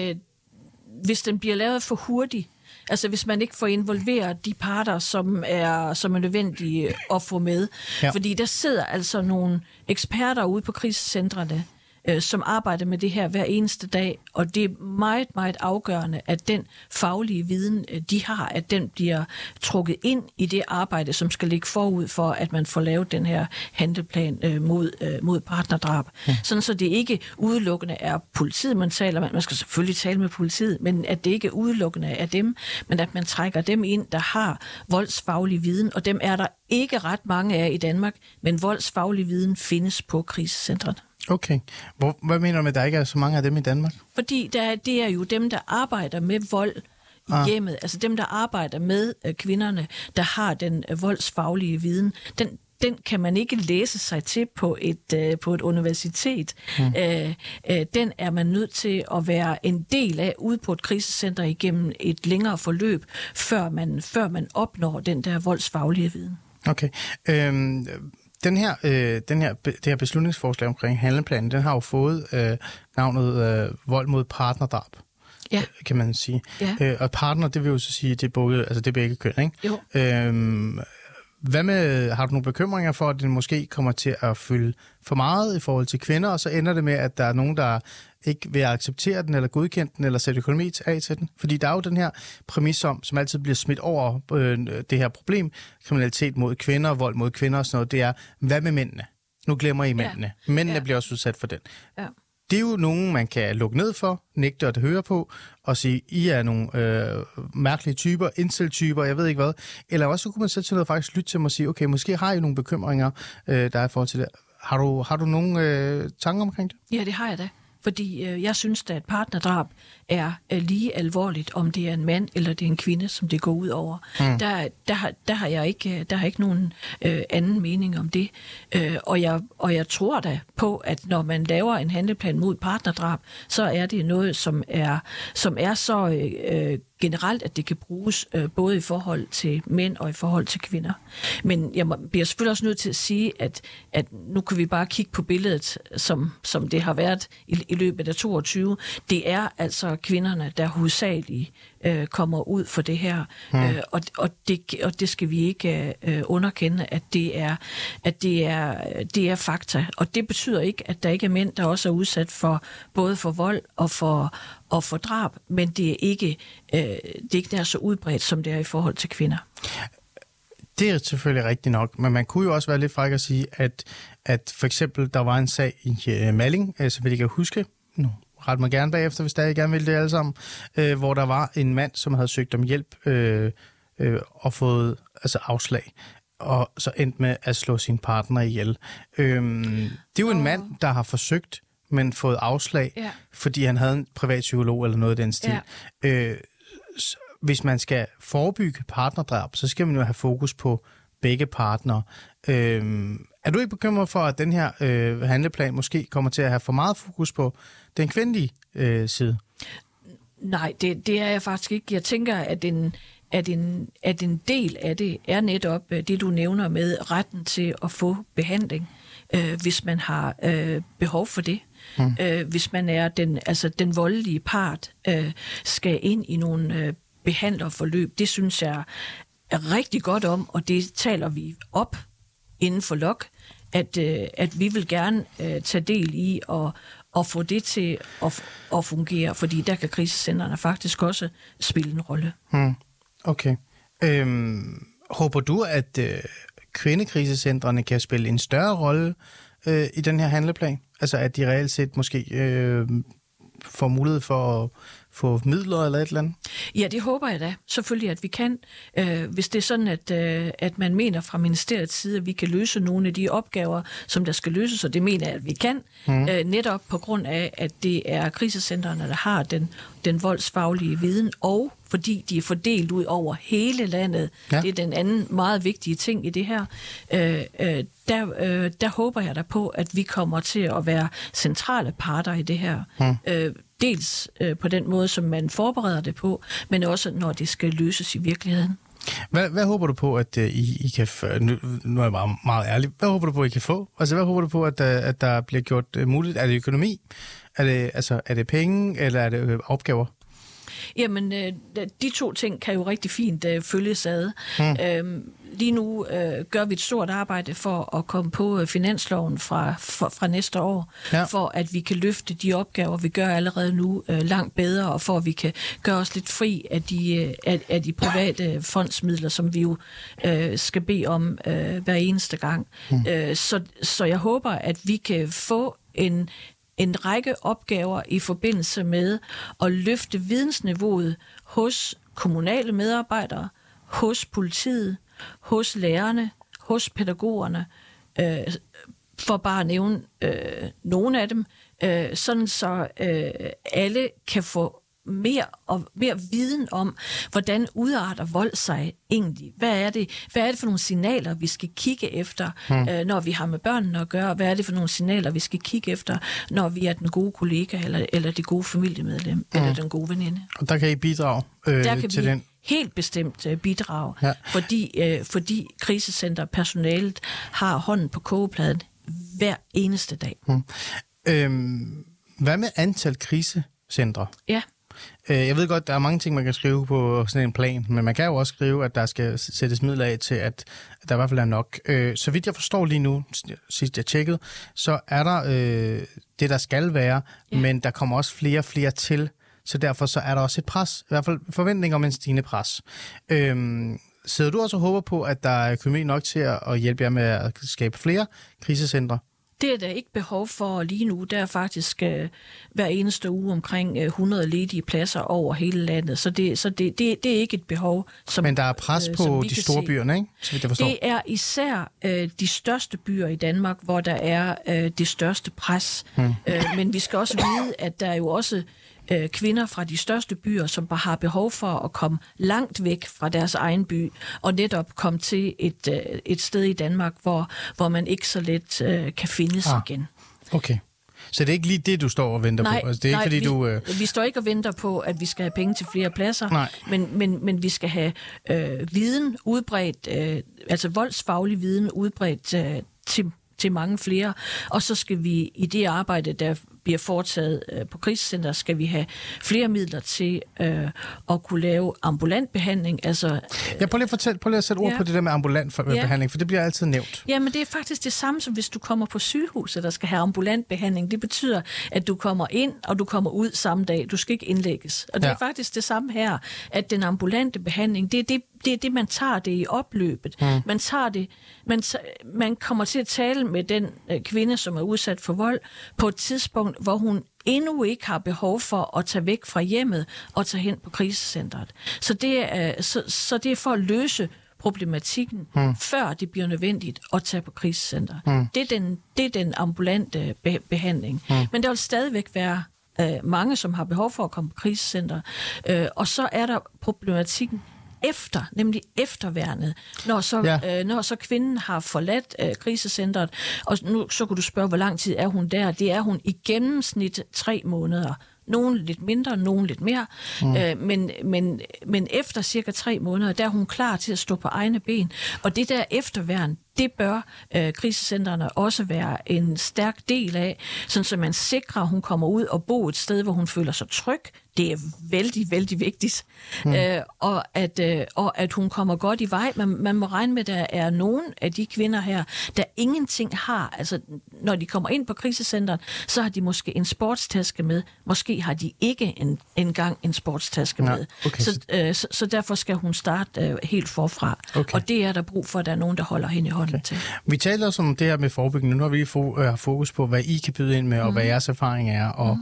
hvis den bliver lavet for hurtigt, altså hvis man ikke får involveret de parter, som er nødvendige at få med. Ja. Fordi der sidder altså nogle eksperter ude på krisecentrene, som arbejder med det her hver eneste dag, og det er meget, meget afgørende, at den faglige viden, de har, at den bliver trukket ind i det arbejde, som skal ligge forud for, at man får lavet den her handleplan mod partnerdrab. Ja. Sådan så det ikke udelukkende er politiet, man taler med. Man skal selvfølgelig tale med politiet, men at det ikke udelukkende er dem, men at man trækker dem ind, der har voldsfaglig viden, og dem er der ikke ret mange af i Danmark, men voldsfaglig viden findes på krisecentrene. Okay. Hvad mener du med, at der ikke er så mange af dem i Danmark? Fordi det er jo dem, der arbejder med vold i hjemmet. Altså dem, der arbejder med kvinderne, der har den voldsfaglige viden. Den kan man ikke læse sig til på et universitet. Den er man nødt til at være en del af ude på et krisecenter igennem et længere forløb, før man opnår den der voldsfaglige viden. Okay. Det her beslutningsforslag omkring handleplanen, den har jo fået navnet vold mod partnerdrab. Ja. Kan man sige. Ja. Og partner, det vil jo så sige, det er begge køn, ikke? Jo. Hvad med, har du nogle bekymringer for, at det måske kommer til at fylde for meget i forhold til kvinder, og så ender det med, at der er nogen, der ikke vil acceptere den, eller godkende den, eller sætte økonomi af til den? Fordi der er jo den her præmis som altid bliver smidt over det her problem, kriminalitet mod kvinder, vold mod kvinder og sådan noget, det er, hvad med mændene? Nu glemmer I mændene. Ja. Mændene bliver også udsat for den. Ja. Det er jo nogen, man kan lukke ned for, nægte at høre på, og sige, I er nogle mærkelige typer, incel-typer, jeg ved ikke hvad. Eller også kunne man sætte sig ned og faktisk lytte til dem og sige, okay, måske har I nogle bekymringer, der er i forhold til det. Har du nogle tanker omkring det? Ja, det har jeg da. Fordi jeg synes, at partnerdrab er lige alvorligt, om det er en mand eller det er en kvinde, som det går ud over. Der har jeg ikke nogen anden mening om det. Og jeg tror da på, at når man laver en handleplan mod partnerdrab, så er det noget, som er så generelt, at det kan bruges både i forhold til mænd og i forhold til kvinder. Men jeg bliver selvfølgelig også nødt til at sige, at nu kan vi bare kigge på billedet, som det har været i løbet af 22. Det er altså kvinderne, der hovedsageligt kommer ud for det her. Og det skal vi ikke underkende, at det er fakta. Og det betyder ikke, at der ikke er mænd, der også er udsat for både for vold og for drab, men det er ikke nær så udbredt, som det er i forhold til kvinder. Det er selvfølgelig rigtigt nok, men man kunne jo også være lidt fræk at sige, at for eksempel der var en sag i Malling, så vil jeg kan huske, nu ret mig gerne bagefter, hvis der I gerne vil det alle sammen, hvor der var en mand, som havde søgt om hjælp og fået afslag, og så endte med at slå sin partner ihjel. Det er jo en mand, der har forsøgt, men fået afslag, fordi han havde en privat psykolog eller noget af den stil. Ja. Hvis man skal forebygge partnerdrab, så skal man jo have fokus på begge partnere. Er du ikke bekymret for, at den her handleplan måske kommer til at have for meget fokus på den kvindelige side? Nej, det er jeg faktisk ikke. Jeg tænker, at en del af det er netop det, du nævner med retten til at få behandling, hvis man har behov for det. Hvis man er den voldelige part, skal ind i nogle behandlerforløb. Det synes jeg er rigtig godt om, og det taler vi op inden for LOC, at vi vil gerne tage del i og få det til at fungere, fordi der kan krisecentrene faktisk også spille en rolle. Okay. Håber du, at kvindekrisecentrene kan spille en større rolle i den her handleplan? Altså at de reelt set måske får mulighed for at få midler eller et eller andet? Ja, det håber jeg da. Selvfølgelig, at vi kan. Hvis det er sådan, at man mener fra ministeriets side, at vi kan løse nogle af de opgaver, som der skal løses, og det mener jeg, at vi kan. Netop på grund af, at det er krisecentrene, der har den voldsfaglige viden, og fordi de er fordelt ud over hele landet. Ja. Det er den anden meget vigtige ting i det her. Der håber jeg da på, at vi kommer til at være centrale parter i det her. Dels på den måde, som man forbereder det på, men også når det skal løses i virkeligheden. Hvad håber du på, at I kan få? Nu er jeg bare meget ærlig. Hvad håber du på, I kan få? Altså, hvad håber du på, at der bliver gjort muligt? Er det økonomi? Er det penge, eller er det opgaver? Jamen, de to ting kan jo rigtig fint følges ad. Lige nu gør vi et stort arbejde for at komme på finansloven fra næste år, for at vi kan løfte de opgaver, vi gør allerede nu langt bedre, og for at vi kan gøre os lidt fri af de private fondsmidler, som vi jo skal bede om hver eneste gang. Så jeg håber, at vi kan få en række opgaver i forbindelse med at løfte vidensniveauet hos kommunale medarbejdere, hos politiet, hos lærerne, hos pædagogerne, for bare at nævne nogle af dem, sådan så alle kan få mere viden om, hvordan udarter vold sig egentlig. Hvad er det for nogle signaler, vi skal kigge efter, når vi har med børnene at gøre? Hvad er det for nogle signaler, vi skal kigge efter, når vi er den gode kollega, eller det gode familiemedlem, eller den gode veninde? Og der kan I bidrage til den? helt bestemt bidrag, fordi krisecenterpersonalet har hånden på kogepladen hver eneste dag. Hvad med antal krisecentre? Ja. Jeg ved godt, der er mange ting, man kan skrive på sådan en plan, men man kan jo også skrive, at der skal sættes midler af til, at der i hvert fald er nok. Så vidt jeg forstår lige nu, sidst jeg tjekkede, så er der det, der skal være, men der kommer også flere og flere til, så derfor så er der også et pres, i hvert fald forventning om en stigende pres. Sidder du også og håber på, at der er økonomi nok til at hjælpe jer med at skabe flere krisecentre? Det er der ikke behov for lige nu. Der er faktisk hver eneste uge omkring 100 ledige pladser over hele landet. Så det er ikke et behov, som men der er pres på de store byerne, ikke? Så vidt jeg forstår. Det er især de største byer i Danmark, hvor der er det største pres. Men vi skal også vide, at der er jo også kvinder fra de største byer, som bare har behov for at komme langt væk fra deres egen by, og netop komme til et sted i Danmark, hvor man ikke så let kan findes igen. Okay. Så det er ikke lige det, du står og venter på? Altså, det er ikke, fordi vi står ikke og venter på, at vi skal have penge til flere pladser, men vi skal have viden udbredt, altså voldsfaglig viden udbredt til mange flere, og så skal vi i det arbejde, der bliver foretaget på krisecenter, skal vi have flere midler til at kunne lave ambulant behandling. Altså, prøv lige at sætte ord på det der med ambulant behandling, for det bliver altid nævnt. Ja, men det er faktisk det samme, som hvis du kommer på sygehuset, der skal have ambulant behandling. Det betyder, at du kommer ind, og du kommer ud samme dag. Du skal ikke indlægges. Og det er faktisk det samme her, at den ambulante behandling, det er det, man tager det i opløbet. Man tager det, man kommer til at tale med den kvinde, som er udsat for vold, på et tidspunkt, hvor hun endnu ikke har behov for at tage væk fra hjemmet og tage hen på krisecentret. Så det er for at løse problematikken, før det bliver nødvendigt at tage på krisecentret. Det er den ambulante behandling. Men der vil stadigvæk være mange, som har behov for at komme på krisecentret. Og så er der problematikken nemlig efterværnet, når så kvinden har forladt krisecentret, og nu så kunne du spørge, hvor lang tid er hun der? Det er hun i gennemsnit 3 måneder. Nogle lidt mindre, nogle lidt mere. Men efter cirka 3 måneder, der er hun klar til at stå på egne ben. Og det der efterværn, det bør krisecentrene også være en stærk del af, sådan så man sikrer, at hun kommer ud og bor et sted, hvor hun føler sig tryg. Det er vældig, vældig vigtigt. Og at hun kommer godt i vej. Man må regne med, at der er nogle af de kvinder her, der ingenting har. Altså, når de kommer ind på krisecentret, så har de måske en sportstaske med. Måske har de ikke engang en sportstaske med. Okay. Så derfor skal hun starte helt forfra. Okay. Og det er der brug for, at der er nogen, der holder hende i hånden til. Vi taler også om det her med forebyggende. Nu har vi lige fokus på, hvad I kan byde ind med, og hvad jeres erfaring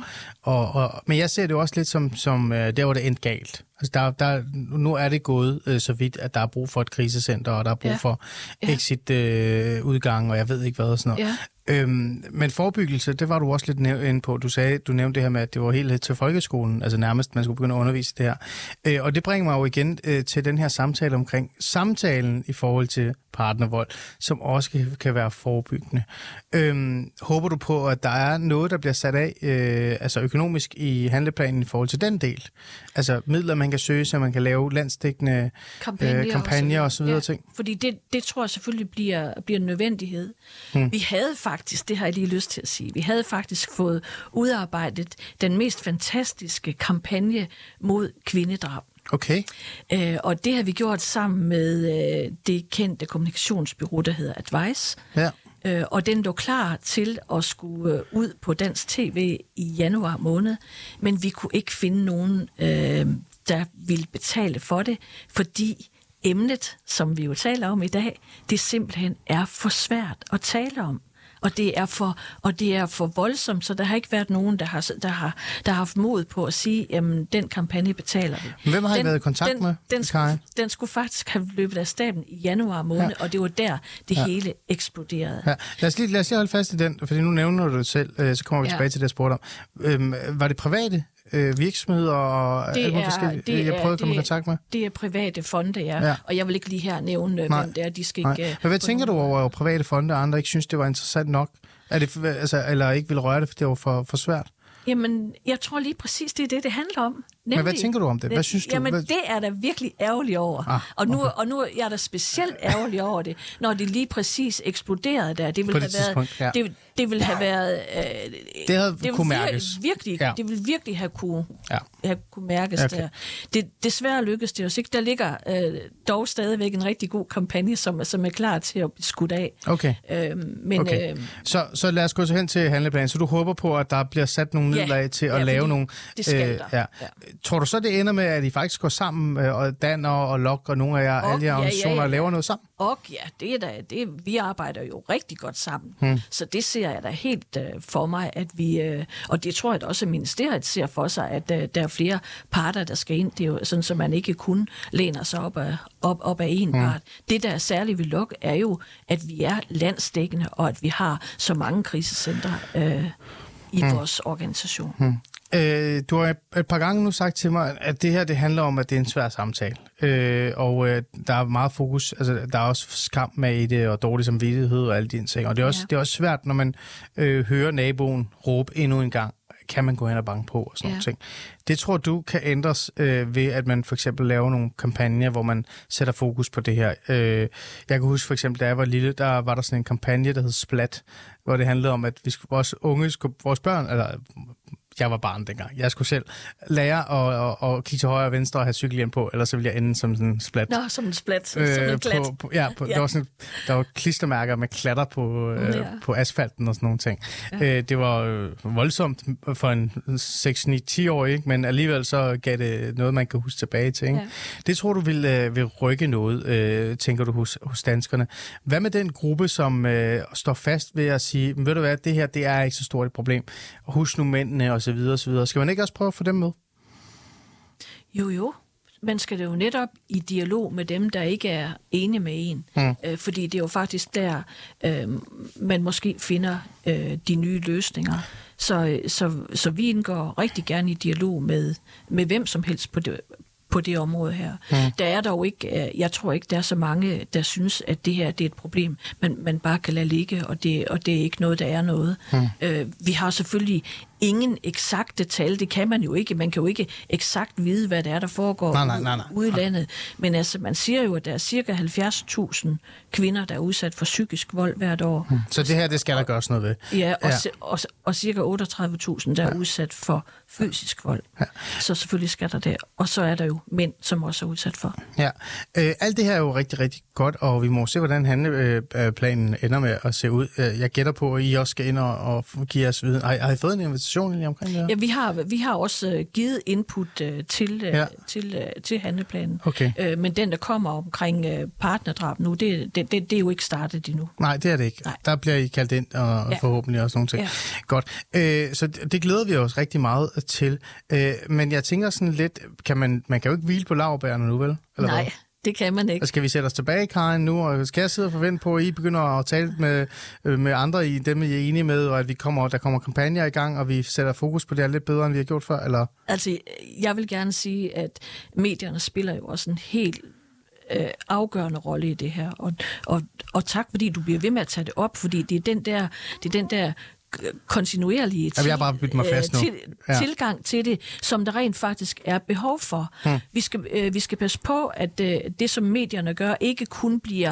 er. Men jeg ser det også lidt som der, hvor det endte galt. Altså nu er det gået så vidt, at der er brug for et krisecenter, og der er brug for exit-udgang, og jeg ved ikke hvad og sådan noget. Men forebyggelse, det var du også lidt inde på. Du nævnte det her med, at det var helt til folkeskolen, altså nærmest, man skulle begynde at undervise det her. Og det bringer mig jo igen til den her samtale omkring samtalen i forhold til partnervold, som også kan være forebyggende. Håber du på, at der er noget, der bliver sat af altså økonomisk i handleplanen i forhold til den del? Altså midler, man kan søge, så man kan lave landsdækkende kampagner og så videre ting? Fordi det tror jeg selvfølgelig bliver en nødvendighed. Vi havde faktisk, det har jeg lige lyst til at sige, vi havde faktisk fået udarbejdet den mest fantastiske kampagne mod kvindedrab. Okay. Og det har vi gjort sammen med det kendte kommunikationsbureau, der hedder Advice. Ja. Og den lå klar til at skulle ud på dansk tv i januar måned, men vi kunne ikke finde nogen, der ville betale for det, fordi emnet, som vi jo taler om i dag, det simpelthen er for svært at tale om. Og det er for voldsomt, så der har ikke været nogen, der har haft mod på at sige, jamen, den kampagne betaler vi. Hvem har I været i kontakt med? Den skulle faktisk have løbet af staben i januar måned, og det var der, det hele eksploderede. Ja. Lad os lige holde fast i den, fordi nu nævner du det selv, så kommer vi tilbage til det, jeg spurgte om. Var det private virksomheder og alt muligt forskelligt, jeg prøvede at komme i kontakt med? Det er private fonde, ja. Og jeg vil ikke lige her nævne, hvem det er, de skal ikke... Men hvad tænker du over private fonde, og andre ikke synes, det var interessant nok? Er det, eller ikke vil røre det, for det var for svært? Jamen, jeg tror lige præcis, det er det handler om. Men hvad tænker du om det? Hvad synes du? Jamen, det er da virkelig ærgerlig over. Og nu er jeg da specielt ærgerlig over det, når det lige præcis eksploderede der. Det ville have været... Det havde kunne mærkes. Det ville virkelig have kunne mærkes der. Desværre lykkedes det også ikke. Der ligger dog stadigvæk en rigtig god kampagne, som er klar til at blive skudt af. Okay. Så lad os gå så hen til handleplanen. Så du håber på, at der bliver sat nogle midler af til at lave nogle... Det skal der. Tror du så, det ender med, at I faktisk går sammen, og Dan og Lok og nogle af jer, alle jer organisationer, og laver noget sammen? Vi arbejder jo rigtig godt sammen. Så det ser jeg da helt for mig, at vi... og det tror jeg da også, at ministeriet ser for sig, at der er flere parter, der skal ind. Det er jo sådan, så man ikke kun læner sig op af en part. Det, der er særligt ved Lok, er jo, at vi er landsdækkende, og at vi har så mange krisecentre i vores organisation. Du har et par gange nu sagt til mig, at det her det handler om, at det er en svær samtale. Og der er meget fokus, altså der er også skam med i det, og dårlig samvittighed og alle de ting. Og det er også svært, når man hører naboen råbe endnu en gang, kan man gå hen og banke på og sådan nogle ting. Det tror du kan ændres ved, at man for eksempel laver nogle kampagner, hvor man sætter fokus på det her. Jeg kan huske for eksempel, da jeg var lille, der var der sådan en kampagne, der hed Splat, hvor det handlede om, at vores børn, eller jeg var barn dengang. Jeg skulle selv lære at kigge til højre og venstre og have cykelhjelm på, ellers så ville jeg ende som sådan en splat. Nå, som en splat. Som en klat. Der var klistermærker med klatter på asfalten og sådan nogle ting. Ja. Det var voldsomt for en 6-9-10-årig, ikke? Men alligevel så gav det noget, man kan huske tilbage til. Ikke? Ja. Det tror du vil rykke noget, tænker du hos danskerne. Hvad med den gruppe, som står fast ved at sige, ved du hvad, det her det er ikke så stort et problem. Husk nu mændene og så videre, så videre. Skal man ikke også prøve at få dem med? Jo. Man skal det jo netop i dialog med dem, der ikke er enige med en. Fordi det er jo faktisk der, man måske finder de nye løsninger. Så vi indgår rigtig gerne i dialog med hvem som helst på det område her. Der er dog ikke, jeg tror ikke, der er så mange, der synes, at det her det er et problem, man bare kan lade ligge, og det er ikke noget, der er noget. Vi har selvfølgelig ingen eksakte tal, det kan man jo ikke. Man kan jo ikke eksakt vide, hvad det er, der foregår ude i landet. Men altså, man siger jo, at der er cirka 70.000 kvinder, der er udsat for psykisk vold hvert år. Så det her, det skal der gøres noget ved? Ja, og cirka 38.000, der er udsat for fysisk vold. Ja. Så selvfølgelig skal der det. Og så er der jo mænd, som også er udsat for. Ja. Alt det her er jo rigtig, rigtig godt, og vi må se, hvordan handleplanen ender med at se ud. Jeg gætter på, at I også skal ind og give os viden. Har I fået en invitation omkring det her? Ja, vi har også givet input til handleplanen. Okay. Men den, der kommer omkring partnerdrab nu, det er jo ikke startet endnu. Nej, det er det ikke. Nej. Der bliver I kaldt ind, og forhåbentlig også nogle ting. Ja. Godt. Så det glæder vi os rigtig meget til. Men jeg tænker sådan lidt, man kan jo ikke hvile på laurbærrene nu, vel? Eller Nej. Hvad? Det kan man ikke. Skal vi sætte os tilbage, Karin, nu? Og skal jeg sidde og forvente på, at I begynder at tale med andre i dem, I er enige med, og at der kommer kampagner i gang, og vi sætter fokus på det her lidt bedre, end vi har gjort før? Eller? Altså, jeg vil gerne sige, at medierne spiller jo også en helt afgørende rolle i det her. Og tak, fordi du bliver ved med at tage det op, vi er den der kontinuerlige tilgang til det, som der rent faktisk er behov for. Vi skal passe på, at det, som medierne gør, ikke kun bliver,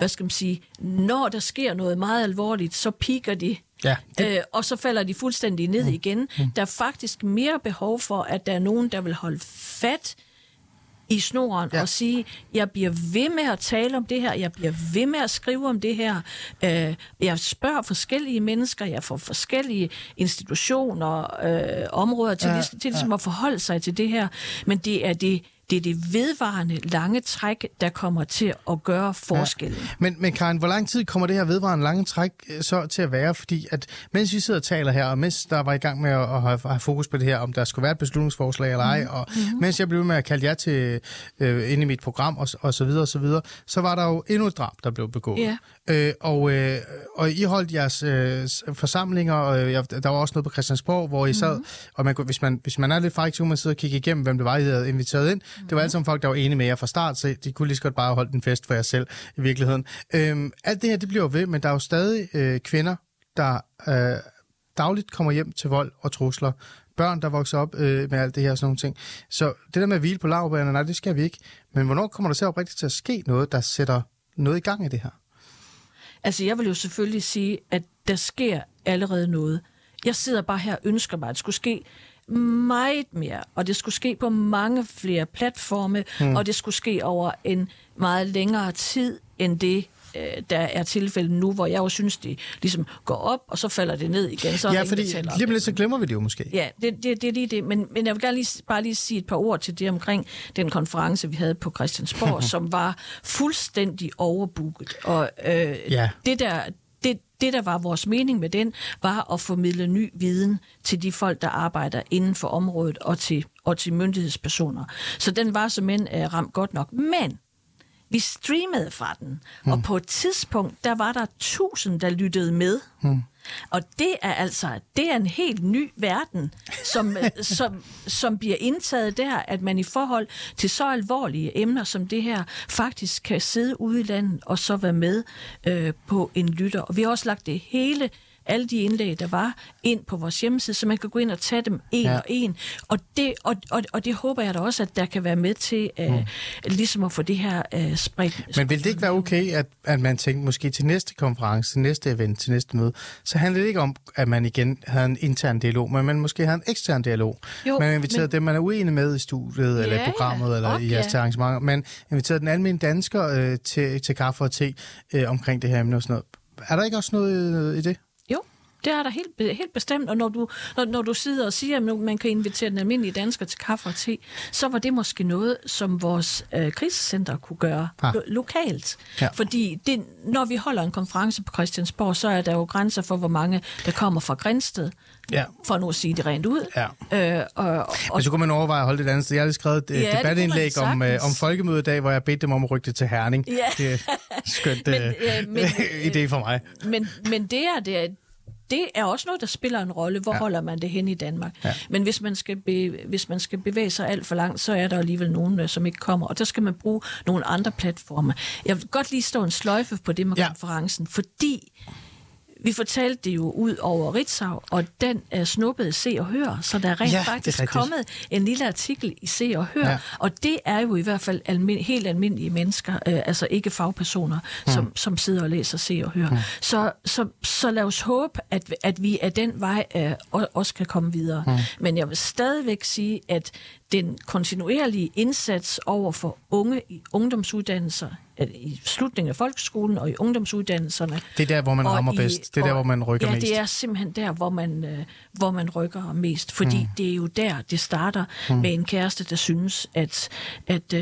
når der sker noget meget alvorligt, så piker de, og så falder de fuldstændig ned igen. Der er faktisk mere behov for, at der er nogen, der vil holde fat i snoren og sige, jeg bliver ved med at tale om det her, jeg bliver ved med at skrive om det her. Jeg spørger forskellige mennesker, jeg får forskellige institutioner, områder til ligesom at forholde sig til det her, men det er det vedvarende lange træk, der kommer til at gøre forskellen. Ja. Men Karin, hvor lang tid kommer det her vedvarende lange træk så til at være? Fordi at mens vi sidder og taler her, og mens der var i gang med at have fokus på det her, om der skulle være et beslutningsforslag eller ej, og mens jeg blev med at kalde jer til ind i mit program og så videre, så var der jo endnu et drab, der blev begået. Yeah. Og I holdt jeres forsamlinger, og der var også noget på Christiansborg, hvor I sad, og hvis man er lidt fræk, så man sidder og kigge igennem, hvem det var, I havde inviteret ind. Det var alle sammen folk, der var enige med jer fra start, så de kunne lige så godt bare holde en fest for jer selv i virkeligheden. Alt det her, det bliver jo ved, men der er jo stadig kvinder, der dagligt kommer hjem til vold og trusler. børn, der vokser op med alt det her og sådan nogle ting. Så det der med at hvile på laurbærrene, nej, det skal vi ikke. Men hvornår kommer der så oprigtigt til at ske noget, der sætter noget i gang i det her? Altså, jeg vil jo selvfølgelig sige, at der sker allerede noget. Jeg sidder bare her og ønsker mig, at det skulle ske meget mere, og det skulle ske på mange flere platforme, og det skulle ske over en meget længere tid, end det, der er tilfældet nu, hvor jeg jo synes, det ligesom går op, og så falder det ned igen. Så ja, fordi lige lidt så glemmer vi det jo måske. Ja, det er lige det. Men jeg vil gerne bare lige sige et par ord til det omkring den konference, vi havde på Christiansborg, som var fuldstændig overbooket. Og det, der var vores mening med den, var at formidle ny viden til de folk, der arbejder inden for området og til myndighedspersoner. Så den var simpelthen ramt godt nok. Men vi streamede fra den, og på et tidspunkt, der var der 1000, der lyttede med. Og det er en helt ny verden, som bliver indtaget der, at man i forhold til så alvorlige emner som det her, faktisk kan sidde ude i landet og så være med på en lytter. Og vi har også lagt det hele, alle de indlæg, der var, ind på vores hjemmeside, så man kan gå ind og tage dem en og en. Og det håber jeg da også, at der kan være med til ligesom at få det her spredt. Men vil det ikke være okay, at man tænkte måske til næste konference, til næste event, til næste møde, så handler det ikke om, at man igen havde en intern dialog, men man måske havde en ekstern dialog. Jo, man inviterede dem, man er uenig med i studiet, eller i programmet, eller i jeres arrangementer. Man inviterede den almindelige dansker til kaffe og te omkring det her emne og sådan noget. Er der ikke også noget i det? Det er der helt bestemt, og når du sidder og siger, at man kan invitere den almindelige dansker til kaffe og te, så var det måske noget, som vores krisecenter kunne gøre lokalt. Ja. Fordi når vi holder en konference på Christiansborg, så er der jo grænser for, hvor mange der kommer fra Grindsted, for nu at sige det rent ud. Ja. Men så kunne man overveje at holde det andet sted. Jeg har lige skrevet et debatindlæg om folkemødedag, hvor jeg bedte dem om at rykke det til Herning. Ja. Det er skønt idé for mig. Men det er også noget, der spiller en rolle. Hvor holder man det hen i Danmark? Ja. Men hvis man skal bevæge sig alt for langt, så er der alligevel nogen, som ikke kommer. Og der skal man bruge nogle andre platforme. Jeg vil godt lige stå en sløjfe på det med konferencen, fordi vi fortalte det jo ud over Ritzau, og den er snuppet Se og Hør, så der er rent faktisk kommet en lille artikel i Se og Hør, og det er jo i hvert fald helt almindelige mennesker, altså ikke fagpersoner, som sidder og læser Se og Hør. Så lad os håbe, at vi af den vej også kan komme videre. Men jeg vil stadigvæk sige, at den kontinuerlige indsats over for unge i ungdomsuddannelser, i slutningen af folkeskolen og i ungdomsuddannelserne. Det er der, hvor man rammer bedst. Det er der, hvor man rykker mest. Ja, det er simpelthen der, hvor man rykker mest. Fordi det er jo der, det starter med en kæreste, der synes, at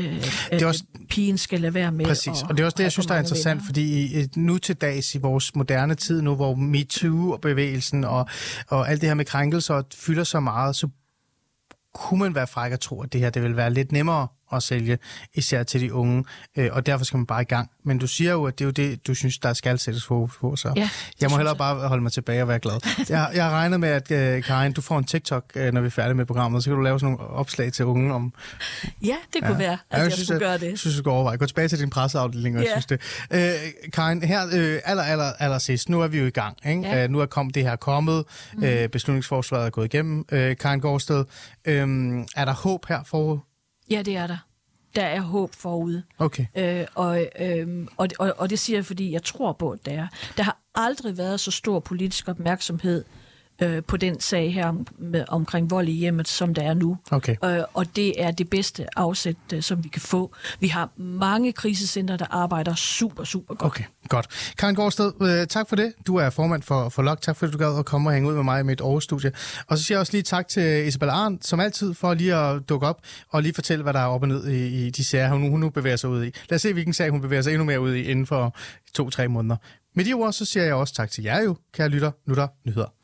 pigen skal lade være med. Præcis, og det er også det, jeg synes, der er interessant, fordi nu til dags i vores moderne tid, nu hvor MeToo og bevægelsen og alt det her med krænkelser fylder så meget, så kunne man være fræk at tro, at det her det vil være lidt nemmere at sælge, især til de unge, og derfor skal man bare i gang. Men du siger jo, at det er jo det, du synes, der skal sættes fokus på, så jeg må hellere bare holde mig tilbage og være glad. Jeg har regnet med, at Karin, du får en TikTok, når vi er færdige med programmet, så kan du lave sådan nogle opslag til unge om... Ja, det kunne være, at jeg skulle gøre det. Jeg synes, du skal overveje. Gå tilbage til din presseafdeling, og jeg synes det. Karin, her aller sidst, nu er vi jo i gang, ikke? Ja. Nu er det her kommet, beslutningsforslaget er gået igennem. Karin Gaardsted, er der håb her forud? Ja, det er der. Der er håb forude. Okay. Og det siger jeg, fordi jeg tror på, at der er. Der har aldrig været så stor politisk opmærksomhed på den sag her omkring vold i hjemmet, som der er nu. Okay. Og det er det bedste afsæt, som vi kan få. Vi har mange krisecenter, der arbejder super, super godt. Okay, godt. Karin Gaardsted, tak for det. Du er formand for LOKK. Tak for, at du gad at komme og hænge ud med mig i mit Aarhus-studie. Og så siger jeg også lige tak til Isabella Arndt, som altid, for lige at dukke op og lige fortælle, hvad der er op og ned i de sager, hun nu bevæger sig ud i. Lad os se, hvilken sag hun bevæger sig endnu mere ud i inden for 2-3 måneder. Med de ord, så siger jeg også tak til jer jo, kære lytter. Nu der nyheder.